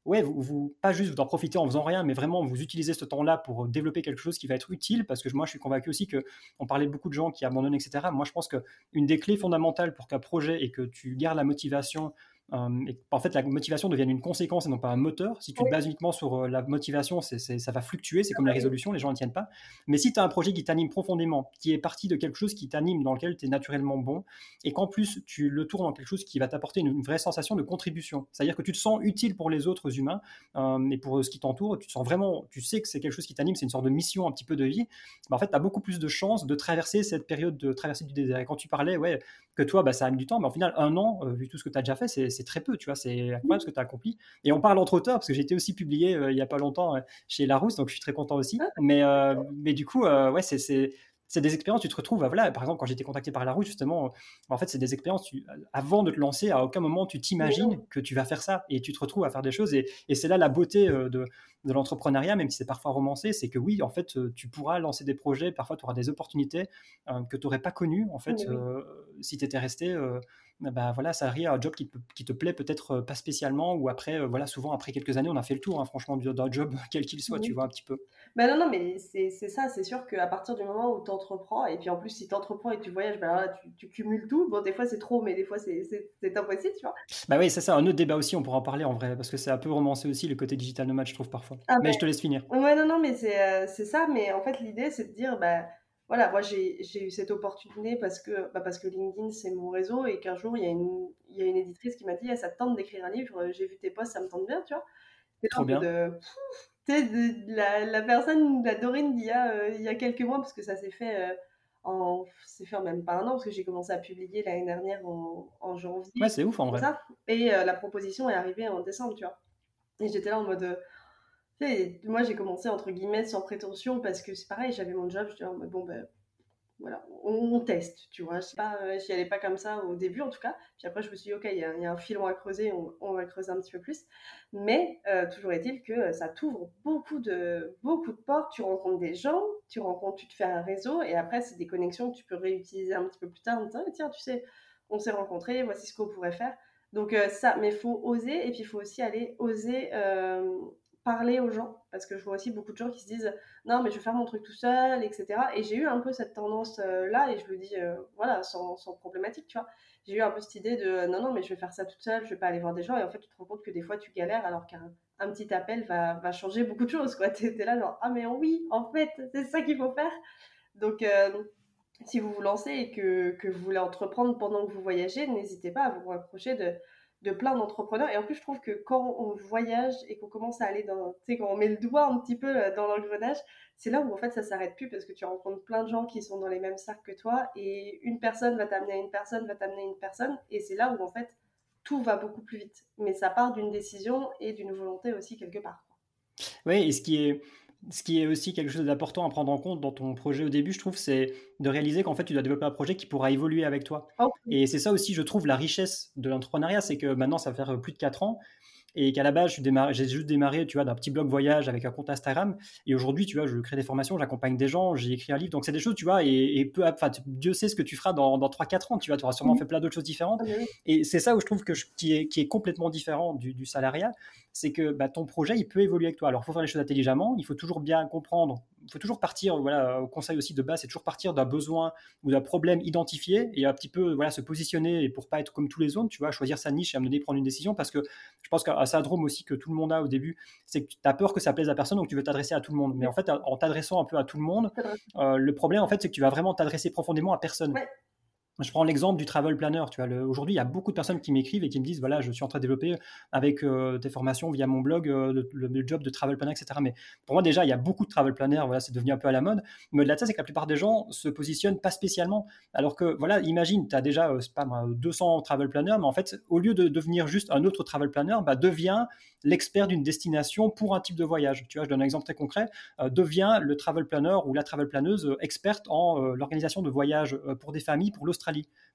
ouais, vous, vous, pas juste vous en profitez en faisant rien, mais vraiment vous utilisez ce temps-là pour développer quelque chose qui va être utile, parce que moi je suis convaincu aussi que on parlait beaucoup de gens qui abandonnent, et cetera. Moi je pense qu'une des clés fondamentales pour qu'un projet et que tu gardes la motivation, euh, et en fait la motivation devienne une conséquence et non pas un moteur. Si tu te Oui, bases uniquement sur euh, la motivation, c'est, c'est, ça va fluctuer, c'est comme les oui, résolutions, les gens ne tiennent pas. Mais si tu as un projet qui t'anime profondément, qui est parti de quelque chose qui t'anime, dans lequel tu es naturellement bon, et qu'en plus tu le tournes en quelque chose qui va t'apporter une, une vraie sensation de contribution, c'est-à-dire que tu te sens utile pour les autres humains, euh, et pour ce qui t'entoure, tu te sens vraiment, tu sais que c'est quelque chose qui t'anime, c'est une sorte de mission un petit peu de vie, bah, en fait, tu as beaucoup plus de chances de traverser cette période de traversée du désert. Et quand tu parlais, ouais, que toi, bah, ça a mis du temps, mais au final, un an, euh, vu tout ce que tu as déjà fait, c'est, c'est très peu, tu vois, c'est incroyable ce que tu as accompli. Et on parle entre auteurs, parce que j'ai été aussi publié euh, il n'y a pas longtemps euh, chez Larousse, donc je suis très content aussi. Mais, euh, mais du coup, euh, ouais, c'est, c'est, c'est des expériences, tu te retrouves, bah, voilà, par exemple, quand j'ai été contacté par Larousse, justement, euh, en fait, c'est des expériences, tu, avant de te lancer, à aucun moment tu t'imagines que tu vas faire ça, et tu te retrouves à faire des choses, et, et c'est là la beauté euh, de, de l'entrepreneuriat, même si c'est parfois romancé, c'est que oui, en fait, euh, tu pourras lancer des projets, parfois tu auras des opportunités euh, que tu n'aurais pas connues, en fait, mais oui. euh, si tu étais resté, euh, bah, voilà, ça arrive à un job qui, qui te plaît peut-être euh, pas spécialement, ou après, euh, voilà, souvent après quelques années, on a fait le tour, hein, franchement, d'un job, quel qu'il soit, tu Oui. vois, un petit peu. Ben non, non, mais c'est c'est ça, c'est sûr qu'à partir du moment où tu entreprends, et puis en plus, si tu entreprends et que tu voyages, ben alors là, tu, tu cumules tout. Bon, des fois, c'est trop, mais des fois, c'est c'est- c'est impossible, tu vois. Bah oui, c'est ça, un autre débat aussi, on pourra en parler en vrai, parce que c'est un peu romancé aussi, le côté digital nomade, je trouve, parfois. Ah Mais je te laisse finir. ben, ouais, non, non, mais c'est euh, c'est ça. Mais en fait, l'idée, c'est de dire, bah, voilà, moi, j'ai j'ai eu cette opportunité parce que, bah, parce que LinkedIn, c'est mon réseau et qu'un jour, il y a une, il y a une éditrice qui m'a dit, ah, ça te tente d'écrire un livre, euh, j'ai vu tes posts, ça me tente bien, tu vois. Et là, Trop en mode, bien. euh, tu sais, de- la, la personne, la Dorine d'il y a, euh, il y a quelques mois, parce que ça s'est fait, euh, en, c'est fait en même pas un an, parce que j'ai commencé à publier l'année dernière en, en Ouais, janvier, c'est ouf en comme vrai. ça. Et euh, la proposition est arrivée en décembre, tu vois. Et j'étais là en mode, euh, tu sais, moi j'ai commencé entre guillemets sans prétention, parce que c'est pareil, j'avais mon job, j'étais en mode, bon, ben voilà, on, on teste, tu vois. Je sais pas, euh, j'y allais pas comme ça au début en tout cas. Puis après, je me suis dit, ok, il y, a il y a un filon à creuser, on, on va creuser un petit peu plus. Mais euh, toujours est-il que euh, ça t'ouvre beaucoup de, beaucoup de portes. Tu rencontres des gens, tu rencontres, tu te fais un réseau, et après, c'est des connexions que tu peux réutiliser un petit peu plus tard en disant, ah, tiens, tu sais, on s'est rencontrés, voici ce qu'on pourrait faire. Donc euh, ça, mais il faut oser, et puis il faut aussi aller oser euh, parler aux gens, parce que je vois aussi beaucoup de gens qui se disent, non, mais je vais faire mon truc tout seul, et cetera. Et j'ai eu un peu cette tendance-là, et je le dis, euh, voilà, sans, sans problématique, tu vois. J'ai eu un peu cette idée de, euh, non, non, mais je vais faire ça toute seule, je vais pas aller voir des gens. Et en fait, tu te rends compte que des fois, tu galères, alors qu'un un petit appel va, va changer beaucoup de choses, quoi. T'es t'es là, genre, ah, mais oui, en fait, c'est ça qu'il faut faire. Donc, euh, si vous vous lancez et que, que vous voulez entreprendre pendant que vous voyagez, n'hésitez pas à vous rapprocher de, de plein d'entrepreneurs. Et en plus, je trouve que quand on voyage et qu'on commence à aller dans, tu sais, quand on met le doigt un petit peu euh, dans l'engrenage, c'est là où en fait ça s'arrête plus, parce que tu rencontres plein de gens qui sont dans les mêmes cercles que toi, et une personne va t'amener à une personne, va t'amener à une personne, et c'est là où en fait tout va beaucoup plus vite. Mais ça part d'une décision et d'une volonté aussi quelque part. Oui, et ce qui est, ce qui est aussi quelque chose d'important à prendre en compte dans ton projet au début, je trouve, c'est de réaliser qu'en fait, tu dois développer un projet qui pourra évoluer avec toi. Oh, Et c'est ça aussi, je trouve, la richesse de l'entrepreneuriat, c'est que maintenant, ça va faire plus de quatre ans, et qu'à la base, j'ai juste démarré, tu vois, d'un petit blog voyage avec un compte Instagram. Et aujourd'hui, tu vois, je crée des formations, j'accompagne des gens, j'ai écrit un livre. Donc, c'est des choses, tu vois, et, et peu, enfin, Dieu sait ce que tu feras dans, dans trois quatre ans. Tu vois, tu auras sûrement fait plein d'autres choses différentes. ah, mais oui. Et c'est ça où je trouve que je, qui, est, qui est complètement différent du, du salariat. C'est que bah, ton projet, il peut évoluer avec toi. Alors, il faut faire les choses intelligemment, il faut toujours bien comprendre. Il faut toujours partir, voilà, au conseil aussi de base, c'est toujours partir d'un besoin ou d'un problème identifié et un petit peu voilà, se positionner, et pour pas être comme tous les autres, tu vois, choisir sa niche et à un moment donné prendre une décision, parce que je pense qu'un syndrome aussi que tout le monde a au début, c'est que tu as peur que ça plaise à personne, donc tu veux t'adresser à tout le monde. Mais en fait, en t'adressant un peu à tout le monde, euh, le problème, en fait, c'est que tu vas vraiment t'adresser profondément à personne. Ouais, Je prends l'exemple du travel planner. Tu vois, le, aujourd'hui, il y a beaucoup de personnes qui m'écrivent et qui me disent voilà, je suis en train de développer avec euh, des formations via mon blog euh, le, le, le, job de travel planner, et cetera. Mais pour moi, déjà, il y a beaucoup de travel planners. Voilà, c'est devenu un peu à la mode. Mais au-delà de ça, c'est que la plupart des gens se positionnent pas spécialement. Alors que, voilà, imagine, tu as déjà, euh, pas moi, deux cents travel planners, mais en fait, au lieu de devenir juste un autre travel planner, bah, deviens l'expert d'une destination pour un type de voyage. Tu vois, je donne un exemple très concret. Euh, deviens le travel planner ou la travel planeuse experte en euh, l'organisation de voyages euh, pour des familles pour l'Australie,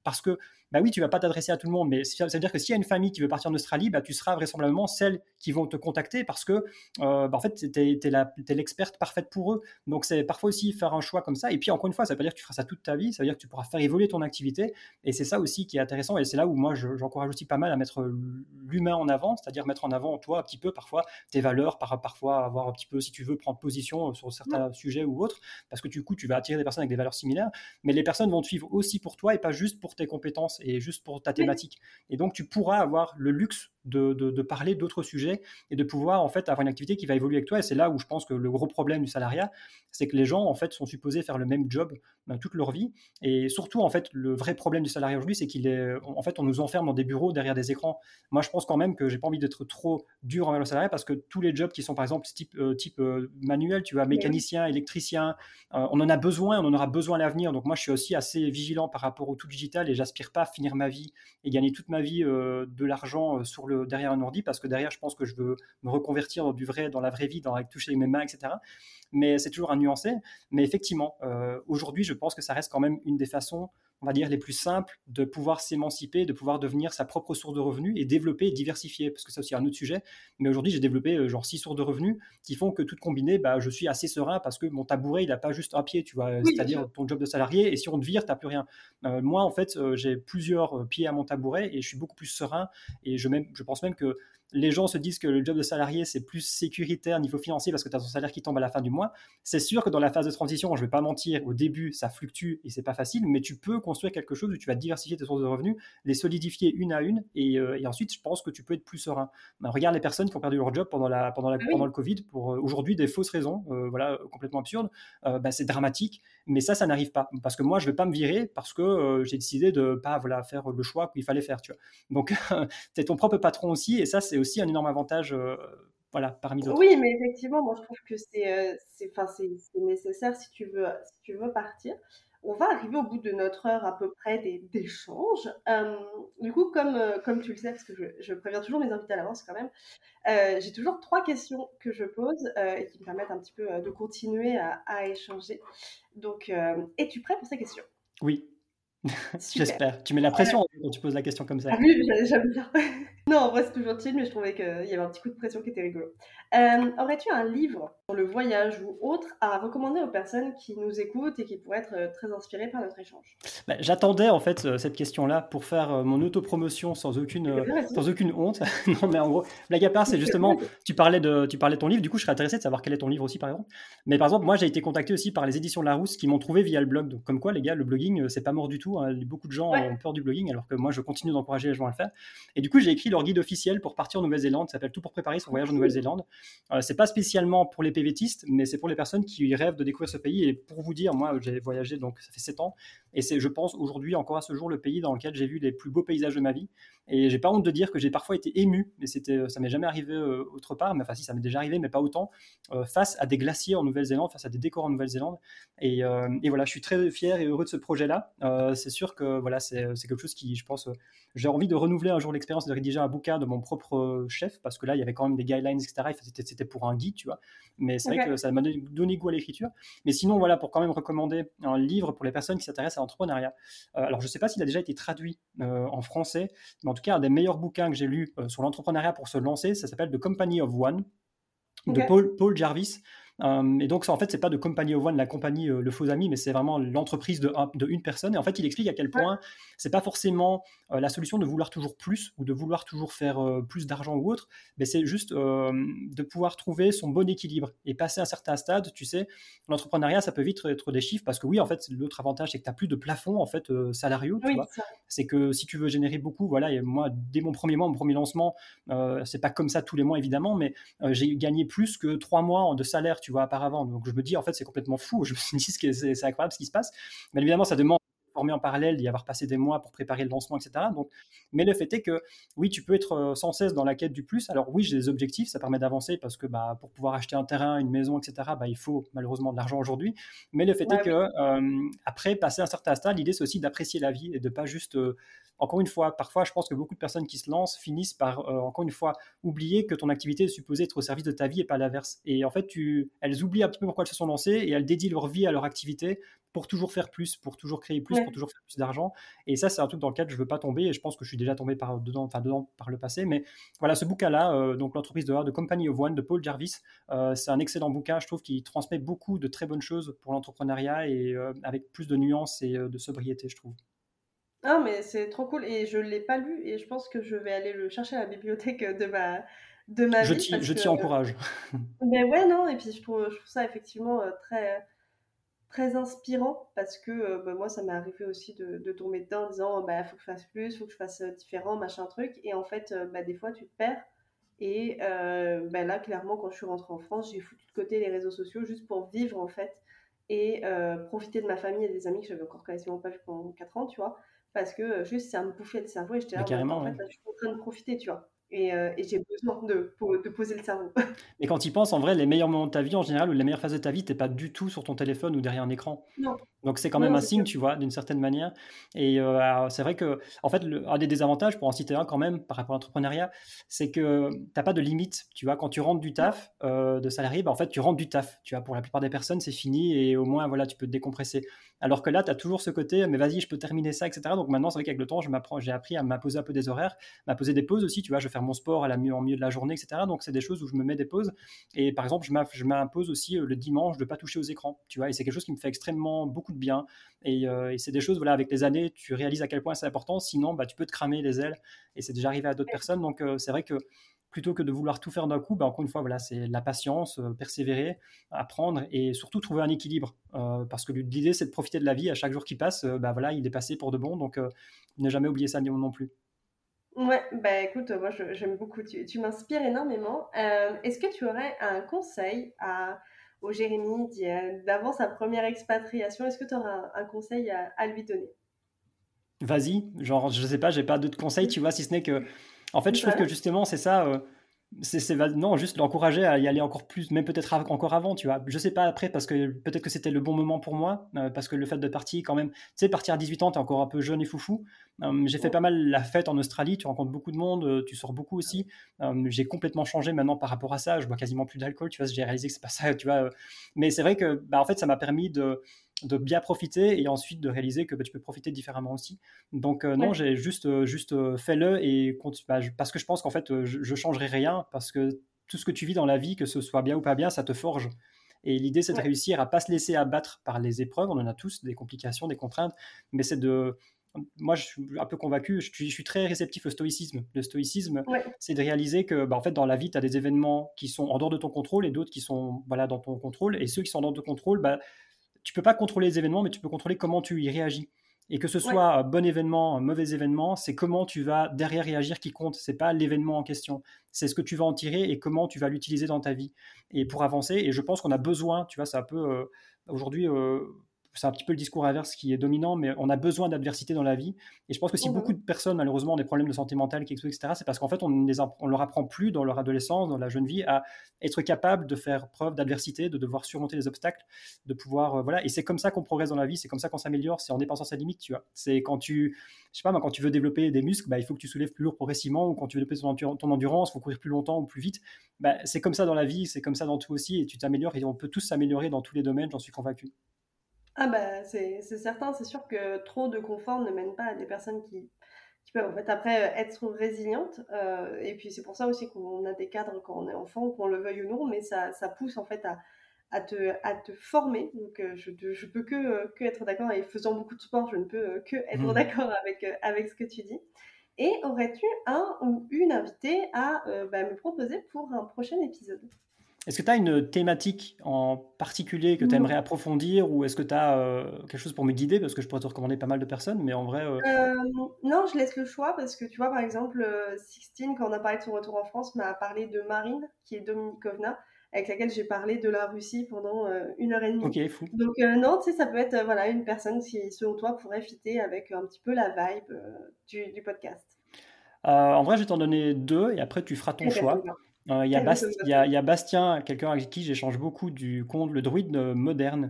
parce que, bah oui, tu vas pas t'adresser à tout le monde, mais ça veut dire que s'il y a une famille qui veut partir en Australie, bah, tu seras vraisemblablement celle qui vont te contacter parce que, euh, bah, en fait, tu es l'experte parfaite pour eux. Donc, c'est parfois aussi faire un choix comme ça. Et puis, encore une fois, ça veut pas dire que tu feras ça toute ta vie, ça veut dire que tu pourras faire évoluer ton activité. Et c'est ça aussi qui est intéressant. Et c'est là où moi, je, j'encourage aussi pas mal à mettre l'humain en avant, c'est-à-dire mettre en avant, toi, un petit peu, parfois, tes valeurs, par, parfois avoir un petit peu, si tu veux, prendre position sur certains sujets ou autres, parce que du coup, tu vas attirer des personnes avec des valeurs similaires. Mais les personnes vont te suivre aussi pour toi et pas juste pour tes compétences et juste pour ta thématique. Et donc, tu pourras avoir le luxe de, de, de parler d'autres sujets et de pouvoir en fait avoir une activité qui va évoluer avec toi. Et c'est là où je pense que le gros problème du salariat, c'est que les gens en fait sont supposés faire le même job ben, toute leur vie. Et surtout en fait, le vrai problème du salariat aujourd'hui, c'est qu'il est, en fait, on nous enferme dans des bureaux derrière des écrans. Moi, je pense quand même que j'ai pas envie d'être trop dur envers le salariat parce que tous les jobs qui sont par exemple type, euh, type euh, manuel, tu vois, mécanicien, électricien, euh, on en a besoin, on en aura besoin à l'avenir. Donc moi, je suis aussi assez vigilant par rapport au tout digital et j'aspire pas à finir ma vie et gagner toute ma vie euh, de l'argent sur le, derrière un ordi parce que derrière, je pense que je veux me reconvertir dans du vrai, dans la vraie vie, dans avec toucher mes mains, et cetera. Mais c'est toujours un nuancé. Mais effectivement, euh, aujourd'hui, je pense que ça reste quand même une des façons, on va dire, les plus simples de pouvoir s'émanciper, de pouvoir devenir sa propre source de revenus et développer et diversifier, parce que c'est aussi un autre sujet. Mais aujourd'hui, j'ai développé euh, genre six sources de revenus qui font que tout combiné, bah, je suis assez serein parce que mon tabouret, il n'a pas juste un pied, tu vois, oui, c'est-à-dire ton job de salarié, et si on te vire, tu n'as plus rien. Euh, moi, en fait, euh, j'ai plusieurs pieds à mon tabouret et je suis beaucoup plus serein, et je, même, je pense même que les gens se disent que le job de salarié, c'est plus sécuritaire niveau financier parce que tu as ton salaire qui tombe à la fin du mois. C'est sûr que dans la phase de transition, je ne vais pas mentir, au début, ça fluctue et c'est pas facile, mais tu peux construire quelque chose où tu vas diversifier tes sources de revenus, les solidifier une à une, et, euh, et ensuite, je pense que tu peux être plus serein. Ben, regarde les personnes qui ont perdu leur job pendant, la, pendant, la, ah oui. pendant le Covid pour euh, aujourd'hui des fausses raisons, euh, voilà, complètement absurdes. Euh, ben, c'est dramatique, mais ça, ça n'arrive pas. Parce que moi, je ne vais pas me virer parce que euh, j'ai décidé de ne pas voilà, faire le choix qu'il fallait faire. Tu vois. Donc, tu es ton propre patron aussi, et ça, c'est aussi un énorme avantage. Euh, Voilà, parmi d'autres. Oui, mais effectivement, moi je trouve que c'est euh, c'est, c'est, c'est nécessaire si tu, veux, si tu veux partir. On va arriver au bout de notre heure à peu près d'échange. Euh, du coup, comme, euh, comme tu le sais, parce que je, je préviens toujours mes invités à l'avance quand même, euh, j'ai toujours trois questions que je pose euh, et qui me permettent un petit peu euh, de continuer à, à échanger. Donc, euh, es-tu prêt pour ces questions? Oui. J'espère. Tu mets la pression euh... quand tu poses la question comme ça. Ah oui, j'aime bien. Non, en vrai, c'est toujours chill, mais je trouvais qu'il y avait un petit coup de pression qui était rigolo. Euh, aurais-tu un livre sur le voyage ou autre à recommander aux personnes qui nous écoutent et qui pourraient être très inspirées par notre échange? Bah, j'attendais en fait cette question-là pour faire mon autopromotion sans aucune, euh, sans aucune honte. Non, mais en gros, blague à part, c'est justement, tu parlais, de, tu parlais de ton livre, du coup, je serais intéressé de savoir quel est ton livre aussi, par exemple. Mais par exemple, moi, j'ai été contacté aussi par les éditions Larousse qui m'ont trouvé via le blog. Donc, comme quoi, les gars, le blogging, c'est pas mort du tout. Hein. Beaucoup de gens ouais. ont peur du blogging, alors que moi, je continue d'encourager les gens à le faire. Et du coup, j'ai écrit leur guide officiel pour partir en Nouvelle-Zélande. Ça s'appelle Tout pour préparer son voyage en Nouvelle-Zélande. Euh, c'est pas spécialement pour les PVTistes, mais c'est pour les personnes qui rêvent de découvrir ce pays. Et pour vous dire, moi, j'ai voyagé, donc ça fait sept ans. Et c'est, je pense, aujourd'hui, encore à ce jour, le pays dans lequel j'ai vu les plus beaux paysages de ma vie. Et j'ai pas honte de dire que j'ai parfois été ému, mais c'était, ça m'est jamais arrivé euh, autre part, mais enfin si, ça m'est déjà arrivé, mais pas autant, euh, face à des glaciers en Nouvelle-Zélande, face à des décors en Nouvelle-Zélande. Et, euh, et voilà, je suis très fier et heureux de ce projet-là. Euh, c'est sûr que voilà, c'est, c'est quelque chose qui, je pense, euh, j'ai envie de renouveler un jour l'expérience de rédiger un bouquin de mon propre chef, parce que là, il y avait quand même des guidelines, et cetera. C'était, c'était pour un guide, tu vois. Mais c'est okay. vrai que ça m'a donné goût à l'écriture. Mais sinon, voilà, pour quand même recommander un livre pour les personnes qui s'intéressent à l'entrepreneuriat. Euh, alors, je ne sais pas s'il a déjà été traduit euh, en français, mais en tout cas, un des meilleurs bouquins que j'ai lu euh, sur l'entrepreneuriat pour se lancer, ça s'appelle The Company of One, de okay. Paul, Paul Jarvis. Um, et donc, ça, en fait, c'est pas de Company of One, la compagnie, euh, le faux ami, mais c'est vraiment l'entreprise de, un, de une personne. Et en fait, il explique à quel point ouais. c'est pas forcément euh, la solution de vouloir toujours plus ou de vouloir toujours faire euh, plus d'argent ou autre, mais c'est juste euh, de pouvoir trouver son bon équilibre et passer à un certain stade. Tu sais, l'entrepreneuriat, ça peut vite être des chiffres parce que oui, en fait, l'autre avantage, c'est que tu n'as plus de plafond en fait euh, salariaux. Tu oui, vois, c'est que si tu veux générer beaucoup, voilà. Et moi, dès mon premier mois, mon premier lancement, euh, c'est pas comme ça tous les mois évidemment, mais euh, j'ai gagné plus que trois mois de salaire. Tu vois, auparavant. Donc je me dis, en fait, c'est complètement fou. Je me dis, c'est, c'est incroyable ce qui se passe. Mais évidemment, ça demande de former en parallèle, d'y avoir passé des mois pour préparer le lancement, et cetera. Donc, mais le fait est que, oui, tu peux être sans cesse dans la quête du plus. Alors oui, j'ai des objectifs, ça permet d'avancer parce que bah, pour pouvoir acheter un terrain, une maison, et cetera, bah, il faut malheureusement de l'argent aujourd'hui. Mais le fait ouais, est que, euh, après, passer un certain stade, l'idée, c'est aussi d'apprécier la vie et de pas juste... Euh, encore une fois, parfois, je pense que beaucoup de personnes qui se lancent finissent par, euh, encore une fois, oublier que ton activité est supposée être au service de ta vie et pas l'inverse. Et en fait, tu, elles oublient un petit peu pourquoi elles se sont lancées et elles dédient leur vie à leur activité pour toujours faire plus, pour toujours créer plus, pour Ouais. toujours faire plus d'argent. Et ça, c'est un truc dans lequel je veux pas tomber et je pense que je suis déjà tombé par dedans, enfin dedans par le passé. Mais voilà, ce bouquin-là, euh, donc l'entreprise de de Company of One de Paul Jarvis, euh, c'est un excellent bouquin, je trouve, qui transmet beaucoup de très bonnes choses pour l'entrepreneuriat et euh, avec plus de nuances et euh, de sobriété, je trouve. Ah, mais c'est trop cool et je l'ai pas lu et je pense que je vais aller le chercher à la bibliothèque, de ma de ma Je ville t'y, parce je que t'y encourage. mais ouais, non et puis je trouve je trouve ça effectivement, heu, très très inspirant parce que, heu, bah, moi ça m'est arrivé aussi de de tomber dedans en disant: «Bah, faut que je fasse plus, faut que je fasse, heu, différent, machin truc» et en fait, heu, bah, des fois tu te perds et heu, bah, là clairement quand je suis rentrée en France, j'ai foutu de côté les réseaux sociaux juste pour vivre en fait et heu, profiter de ma famille et des amis que j'avais encore quasiment pas vus pendant quatre ans, tu vois? Parce que, heu, juste ça me bouffait le cerveau et j'étais Mais là en mode: «En carrément, fait ouais. là je suis en train de profiter», tu vois? Et heu et j'ai besoin de po de poser le cerveau. Et quand tu y penses, en vrai, les meilleurs moments de ta vie, en général, ou les meilleures phases de ta vie, t'es pas du tout sur ton téléphone ou derrière un écran. Non, Donc c'est quand non, même non, un c'est sûr. signe, tu vois, d'une certaine manière. Et heu, alors c'est vrai que, en fait, le un des désavantages, pour en citer un quand même par rapport à l'entrepreneuriat, c'est que tu as pas de limite, tu vois? Quand tu rentres du Non, taf, heu, de salarié, bah, en fait, tu rentres du taf, tu vois? Pour la plupart des personnes, c'est fini et au moins, voilà, tu peux te décompresser. Alors que là, tu as toujours ce côté: «Mais vas-y, je peux terminer ça» et cetera. Donc maintenant, c'est vrai qu'avec le temps, je m'apprends j'ai appris à m'imposer un peu des horaires, m'imposer des pauses aussi, tu vois? Je vais faire mon sport à la mi en milieu de la journée et cetera. Donc c'est des choses où je me mets des pauses et par exemple, je m'im je m'impose aussi, heu, le dimanche de pas toucher aux écrans, tu vois? Et c'est quelque chose qui me fait extrêmement beaucoup de bien. Et, euh, et c'est des choses, voilà, avec les années, tu réalises à quel point c'est important. Sinon, bah, tu peux te cramer les ailes. Et c'est déjà arrivé à d'autres personnes. Donc, euh, c'est vrai que plutôt que de vouloir tout faire d'un coup, bah, encore une fois, voilà, c'est la patience, euh, persévérer, apprendre et surtout trouver un équilibre. Euh, parce que l'idée, c'est de profiter de la vie. À chaque jour qui passe, euh, bah, voilà, il est passé pour de bon. Donc, euh, ne jamais oublier ça non plus. ouais, bah écoute, moi je- j'aime beaucoup, tu, tu m'inspires énormément. Euh, est-ce que tu aurais un conseil à, au Jérémy d'il y a- d'avant sa première expatriation? Est-ce que tu aurais un, un conseil à, à lui donner? Vas-y, genre, je sais pas, j'ai pas d'autres conseils, tu vois, si ce n'est que, en fait, je trouve que Ouais, justement, c'est ça, euh, c'est, c'est va- non, juste l'encourager à y aller encore plus, même peut-être av- encore avant, tu vois. Je sais pas après, parce que peut-être que c'était le bon moment pour moi, euh, parce que le fait de partir quand même, tu sais, partir à dix-huit ans, t'es encore un peu jeune et foufou. Euh, j'ai fait pas mal la fête en Australie, tu rencontres beaucoup de monde, euh, tu sors beaucoup aussi. Euh, j'ai complètement changé maintenant par rapport à ça, je bois quasiment plus d'alcool, tu vois, j'ai réalisé que c'est pas ça, tu vois. euh. Mais c'est vrai que, bah, en fait, ça m'a permis de de bien profiter et ensuite de réaliser que bah, tu peux profiter différemment aussi. Donc euh, non, ouais, j'ai juste, euh, juste euh, fais-le et continue, bah, je- parce que je pense qu'en fait, euh, je, je changerai rien parce que tout ce que tu vis dans la vie, que ce soit bien ou pas bien, ça te forge. Et l'idée, c'est de ouais, réussir à pas se laisser abattre par les épreuves. On en a tous des complications, des contraintes, mais c'est de. Moi, je suis un peu convaincu, je suis, je suis très réceptif au stoïcisme. Le stoïcisme, ouais, c'est de réaliser que, bah, en fait, dans la vie, tu as des événements qui sont en dehors de ton contrôle et d'autres qui sont voilà, dans ton contrôle. Et ceux qui sont en dehors de ton contrôle, bah, tu peux pas contrôler les événements, mais tu peux contrôler comment tu y réagis. Et que ce ouais, soit un bon événement, un mauvais événement, c'est comment tu vas derrière réagir qui compte. C'est pas l'événement en question. C'est ce que tu vas en tirer et comment tu vas l'utiliser dans ta vie. Et pour avancer, et je pense qu'on a besoin, tu vois, c'est un peu euh, aujourd'hui, euh, c'est un petit peu le discours inverse qui est dominant, mais on a besoin d'adversité dans la vie. Et je pense que si beaucoup mhm, de personnes, malheureusement, ont des problèmes de santé mentale, et cetera, c'est parce qu'en fait, on ne leur apprend plus dans leur adolescence, dans la jeune vie, à être capable de faire preuve d'adversité, de devoir surmonter les obstacles, de pouvoir euh, voilà. Et c'est comme ça qu'on progresse dans la vie, c'est comme ça qu'on s'améliore, c'est en dépassant sa limite, tu vois. C'est quand tu je sais pas, quand tu veux développer des muscles, bah, il faut que tu soulèves plus lourd progressivement, ou quand tu veux développer ton, ton endurance, il faut courir plus longtemps ou plus vite. Bah, c'est comme ça dans la vie, c'est comme ça dans tout aussi, et tu t'améliores et on peut tous s'améliorer dans tous les domaines, j'en suis convaincu. ah bah c'est c'est certain, c'est sûr que trop de confort ne mène pas à des personnes qui, qui peuvent en fait après euh, être résilientes. Euh, et puis c'est pour ça aussi qu'on a des cadres quand on est enfant, qu'on le veuille ou non, mais ça, ça pousse en fait à, à te, à te former. Donc euh, je, te- je peux que, euh, que être d'accord, et faisant beaucoup de sport, je ne peux euh, que être Mmh. d'accord avec, euh, avec ce que tu dis. Et aurais-tu un ou une invitée à euh, bah, me proposer pour un prochain épisode? Est-ce que tu as une thématique en particulier que tu aimerais approfondir, ou est-ce que tu as euh, quelque chose pour me guider, parce que je pourrais te recommander pas mal de personnes, mais en vrai, euh, Euh, non, je laisse le choix parce que tu vois, par exemple, euh, Sixtine, quand on a parlé de son retour en France, m'a parlé de Marine, qui est Dominikovna, avec laquelle j'ai parlé de la Russie pendant euh, une heure et demie. ok, fou. Donc, euh, non, tu sais, ça peut être euh, voilà, une personne qui, selon toi, pourrait fitter avec un petit peu la vibe euh, du, du podcast. Euh, en vrai, je vais t'en donner deux et après tu feras ton Eh ben, ça me choix. va. Euh, Il y, a Eh ben, ça me Bast- va il y, très a, bien. il y a Bastien, quelqu'un avec qui j'échange beaucoup du compte Le Druide euh, Moderne.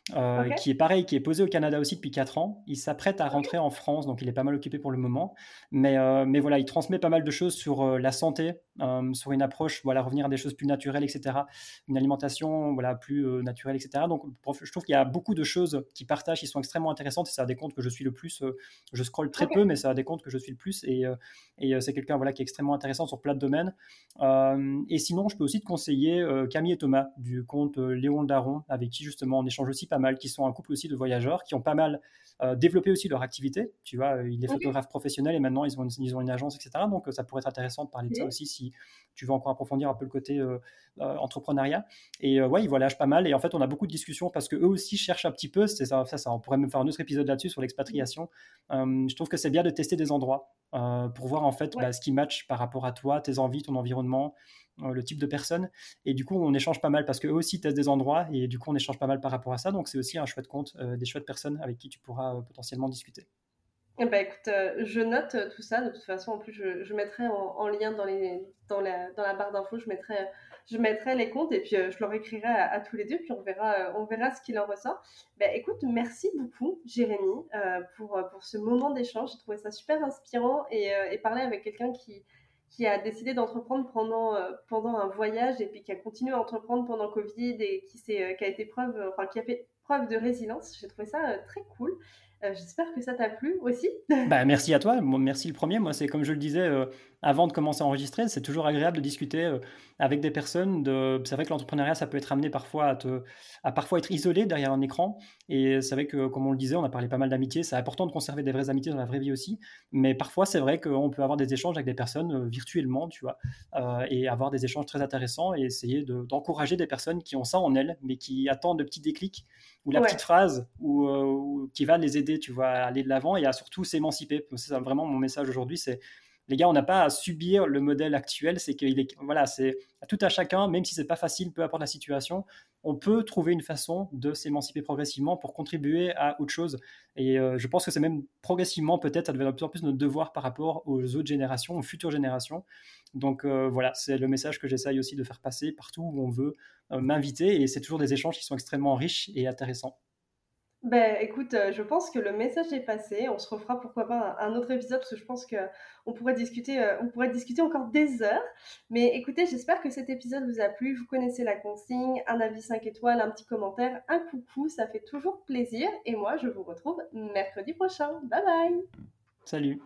euh, Ok. qui est pareil, qui est posé au Canada aussi depuis quatre ans. Il s'apprête à rentrer en France, donc il est pas mal occupé pour le moment. Mais, euh, mais voilà, il transmet pas mal de choses sur euh, la santé, euh, sur une approche, voilà, revenir à des choses plus naturelles, et cetera. Une alimentation voilà, plus euh, naturelle, et cetera. Donc je trouve qu'il y a beaucoup de choses qui partagent, qui sont extrêmement intéressantes. Et c'est un des comptes que je suis le plus. Euh, je scrolle très Ok. peu, mais c'est un des comptes que je suis le plus. Et, euh, et euh, c'est quelqu'un voilà, qui est extrêmement intéressant sur plein de domaines. Euh, et sinon, je peux aussi te conseiller euh, Camille et Thomas du compte euh, Léon Daron, avec qui justement on échange aussi pas mal, qui sont un couple aussi de voyageurs, qui ont pas mal euh, développé aussi leur activité. Tu vois, euh, il est Ok. photographe professionnel et maintenant ils ont, une, ils ont une agence, et cetera. Donc euh, ça pourrait être intéressant de parler de ça aussi si tu veux encore approfondir un peu le côté euh, euh, entrepreneuriat. Et euh, ouais, ils voyagent pas mal. Et en fait, on a beaucoup de discussions parce qu'eux aussi cherchent un petit peu, c'est ça, ça, ça, on pourrait même faire un autre épisode là-dessus sur l'expatriation. Euh, je trouve que c'est bien de tester des endroits euh, pour voir en fait Ouais. bah, ce qui match par rapport à toi, tes envies, ton environnement, euh, le type de personne. Et du coup, on échange pas mal parce qu'eux aussi testent des endroits et du coup, on échange pas mal par rapport à ça. Donc, c'est aussi un chouette compte, euh, des chouettes personnes avec qui tu pourras euh, potentiellement discuter. Eh ben, écoute, euh, je note euh, tout ça. De toute façon, en plus, je, je mettrai en, en lien dans, les, dans, la, dans la barre d'infos, je mettrai, je mettrai les comptes et puis euh, je leur écrirai à, à tous les deux, puis on verra, euh, on verra ce qu'il en ressort. Ben, écoute, merci beaucoup, Jérémy, euh, pour, euh, pour ce moment d'échange. J'ai trouvé ça super inspirant et, euh, et parler avec quelqu'un qui, qui a décidé d'entreprendre pendant, euh, pendant un voyage et puis qui a continué à entreprendre pendant Covid et qui, s'est, euh, qui a été preuve, enfin, qui a fait preuve de résilience. J'ai trouvé ça euh, très cool. Euh, j'espère que ça t'a plu aussi. Bah, merci à toi, moi, merci le premier. Moi, c'est comme je le disais euh, avant de commencer à enregistrer, c'est toujours agréable de discuter euh, avec des personnes. De... C'est vrai que l'entrepreneuriat, ça peut être amené parfois à, te... à parfois être isolé derrière un écran. Et c'est vrai que, comme on le disait, on a parlé pas mal d'amitié. C'est important de conserver des vraies amitiés dans la vraie vie aussi. Mais parfois, c'est vrai qu'on peut avoir des échanges avec des personnes euh, virtuellement, tu vois, euh, et avoir des échanges très intéressants et essayer de... d'encourager des personnes qui ont ça en elles, mais qui attendent le petit déclic ou la petite Ouais. phrase ou, euh, ou qui va les aider, tu vois, à aller de l'avant et à surtout s'émanciper. C'est vraiment mon message aujourd'hui, c'est les gars, on n'a pas à subir le modèle actuel, c'est qu'il est, voilà, c'est tout à chacun, même si c'est pas facile, peu importe la situation, on peut trouver une façon de s'émanciper progressivement pour contribuer à autre chose. Et euh, je pense que c'est même progressivement, peut-être, ça devient de plus en plus notre devoir par rapport aux autres générations, aux futures générations. Donc euh, voilà, c'est le message que j'essaye aussi de faire passer partout où on veut euh, m'inviter, et c'est toujours des échanges qui sont extrêmement riches et intéressants. Ben, écoute, euh, je pense que le message est passé. On se refera pourquoi pas un, un autre épisode parce que je pense que on pourrait discuter, euh, on pourrait discuter encore des heures. Mais écoutez, j'espère que cet épisode vous a plu. Vous connaissez la consigne, un avis cinq étoiles, un petit commentaire, un coucou, ça fait toujours plaisir. Et moi, je vous retrouve mercredi prochain. Bye bye. Salut!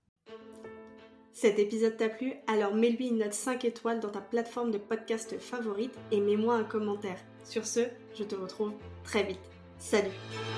Cet épisode t'a plu? Alors mets-lui une note cinq étoiles dans ta plateforme de podcast favorite et mets-moi un commentaire. Sur ce, je te retrouve très vite. Salut!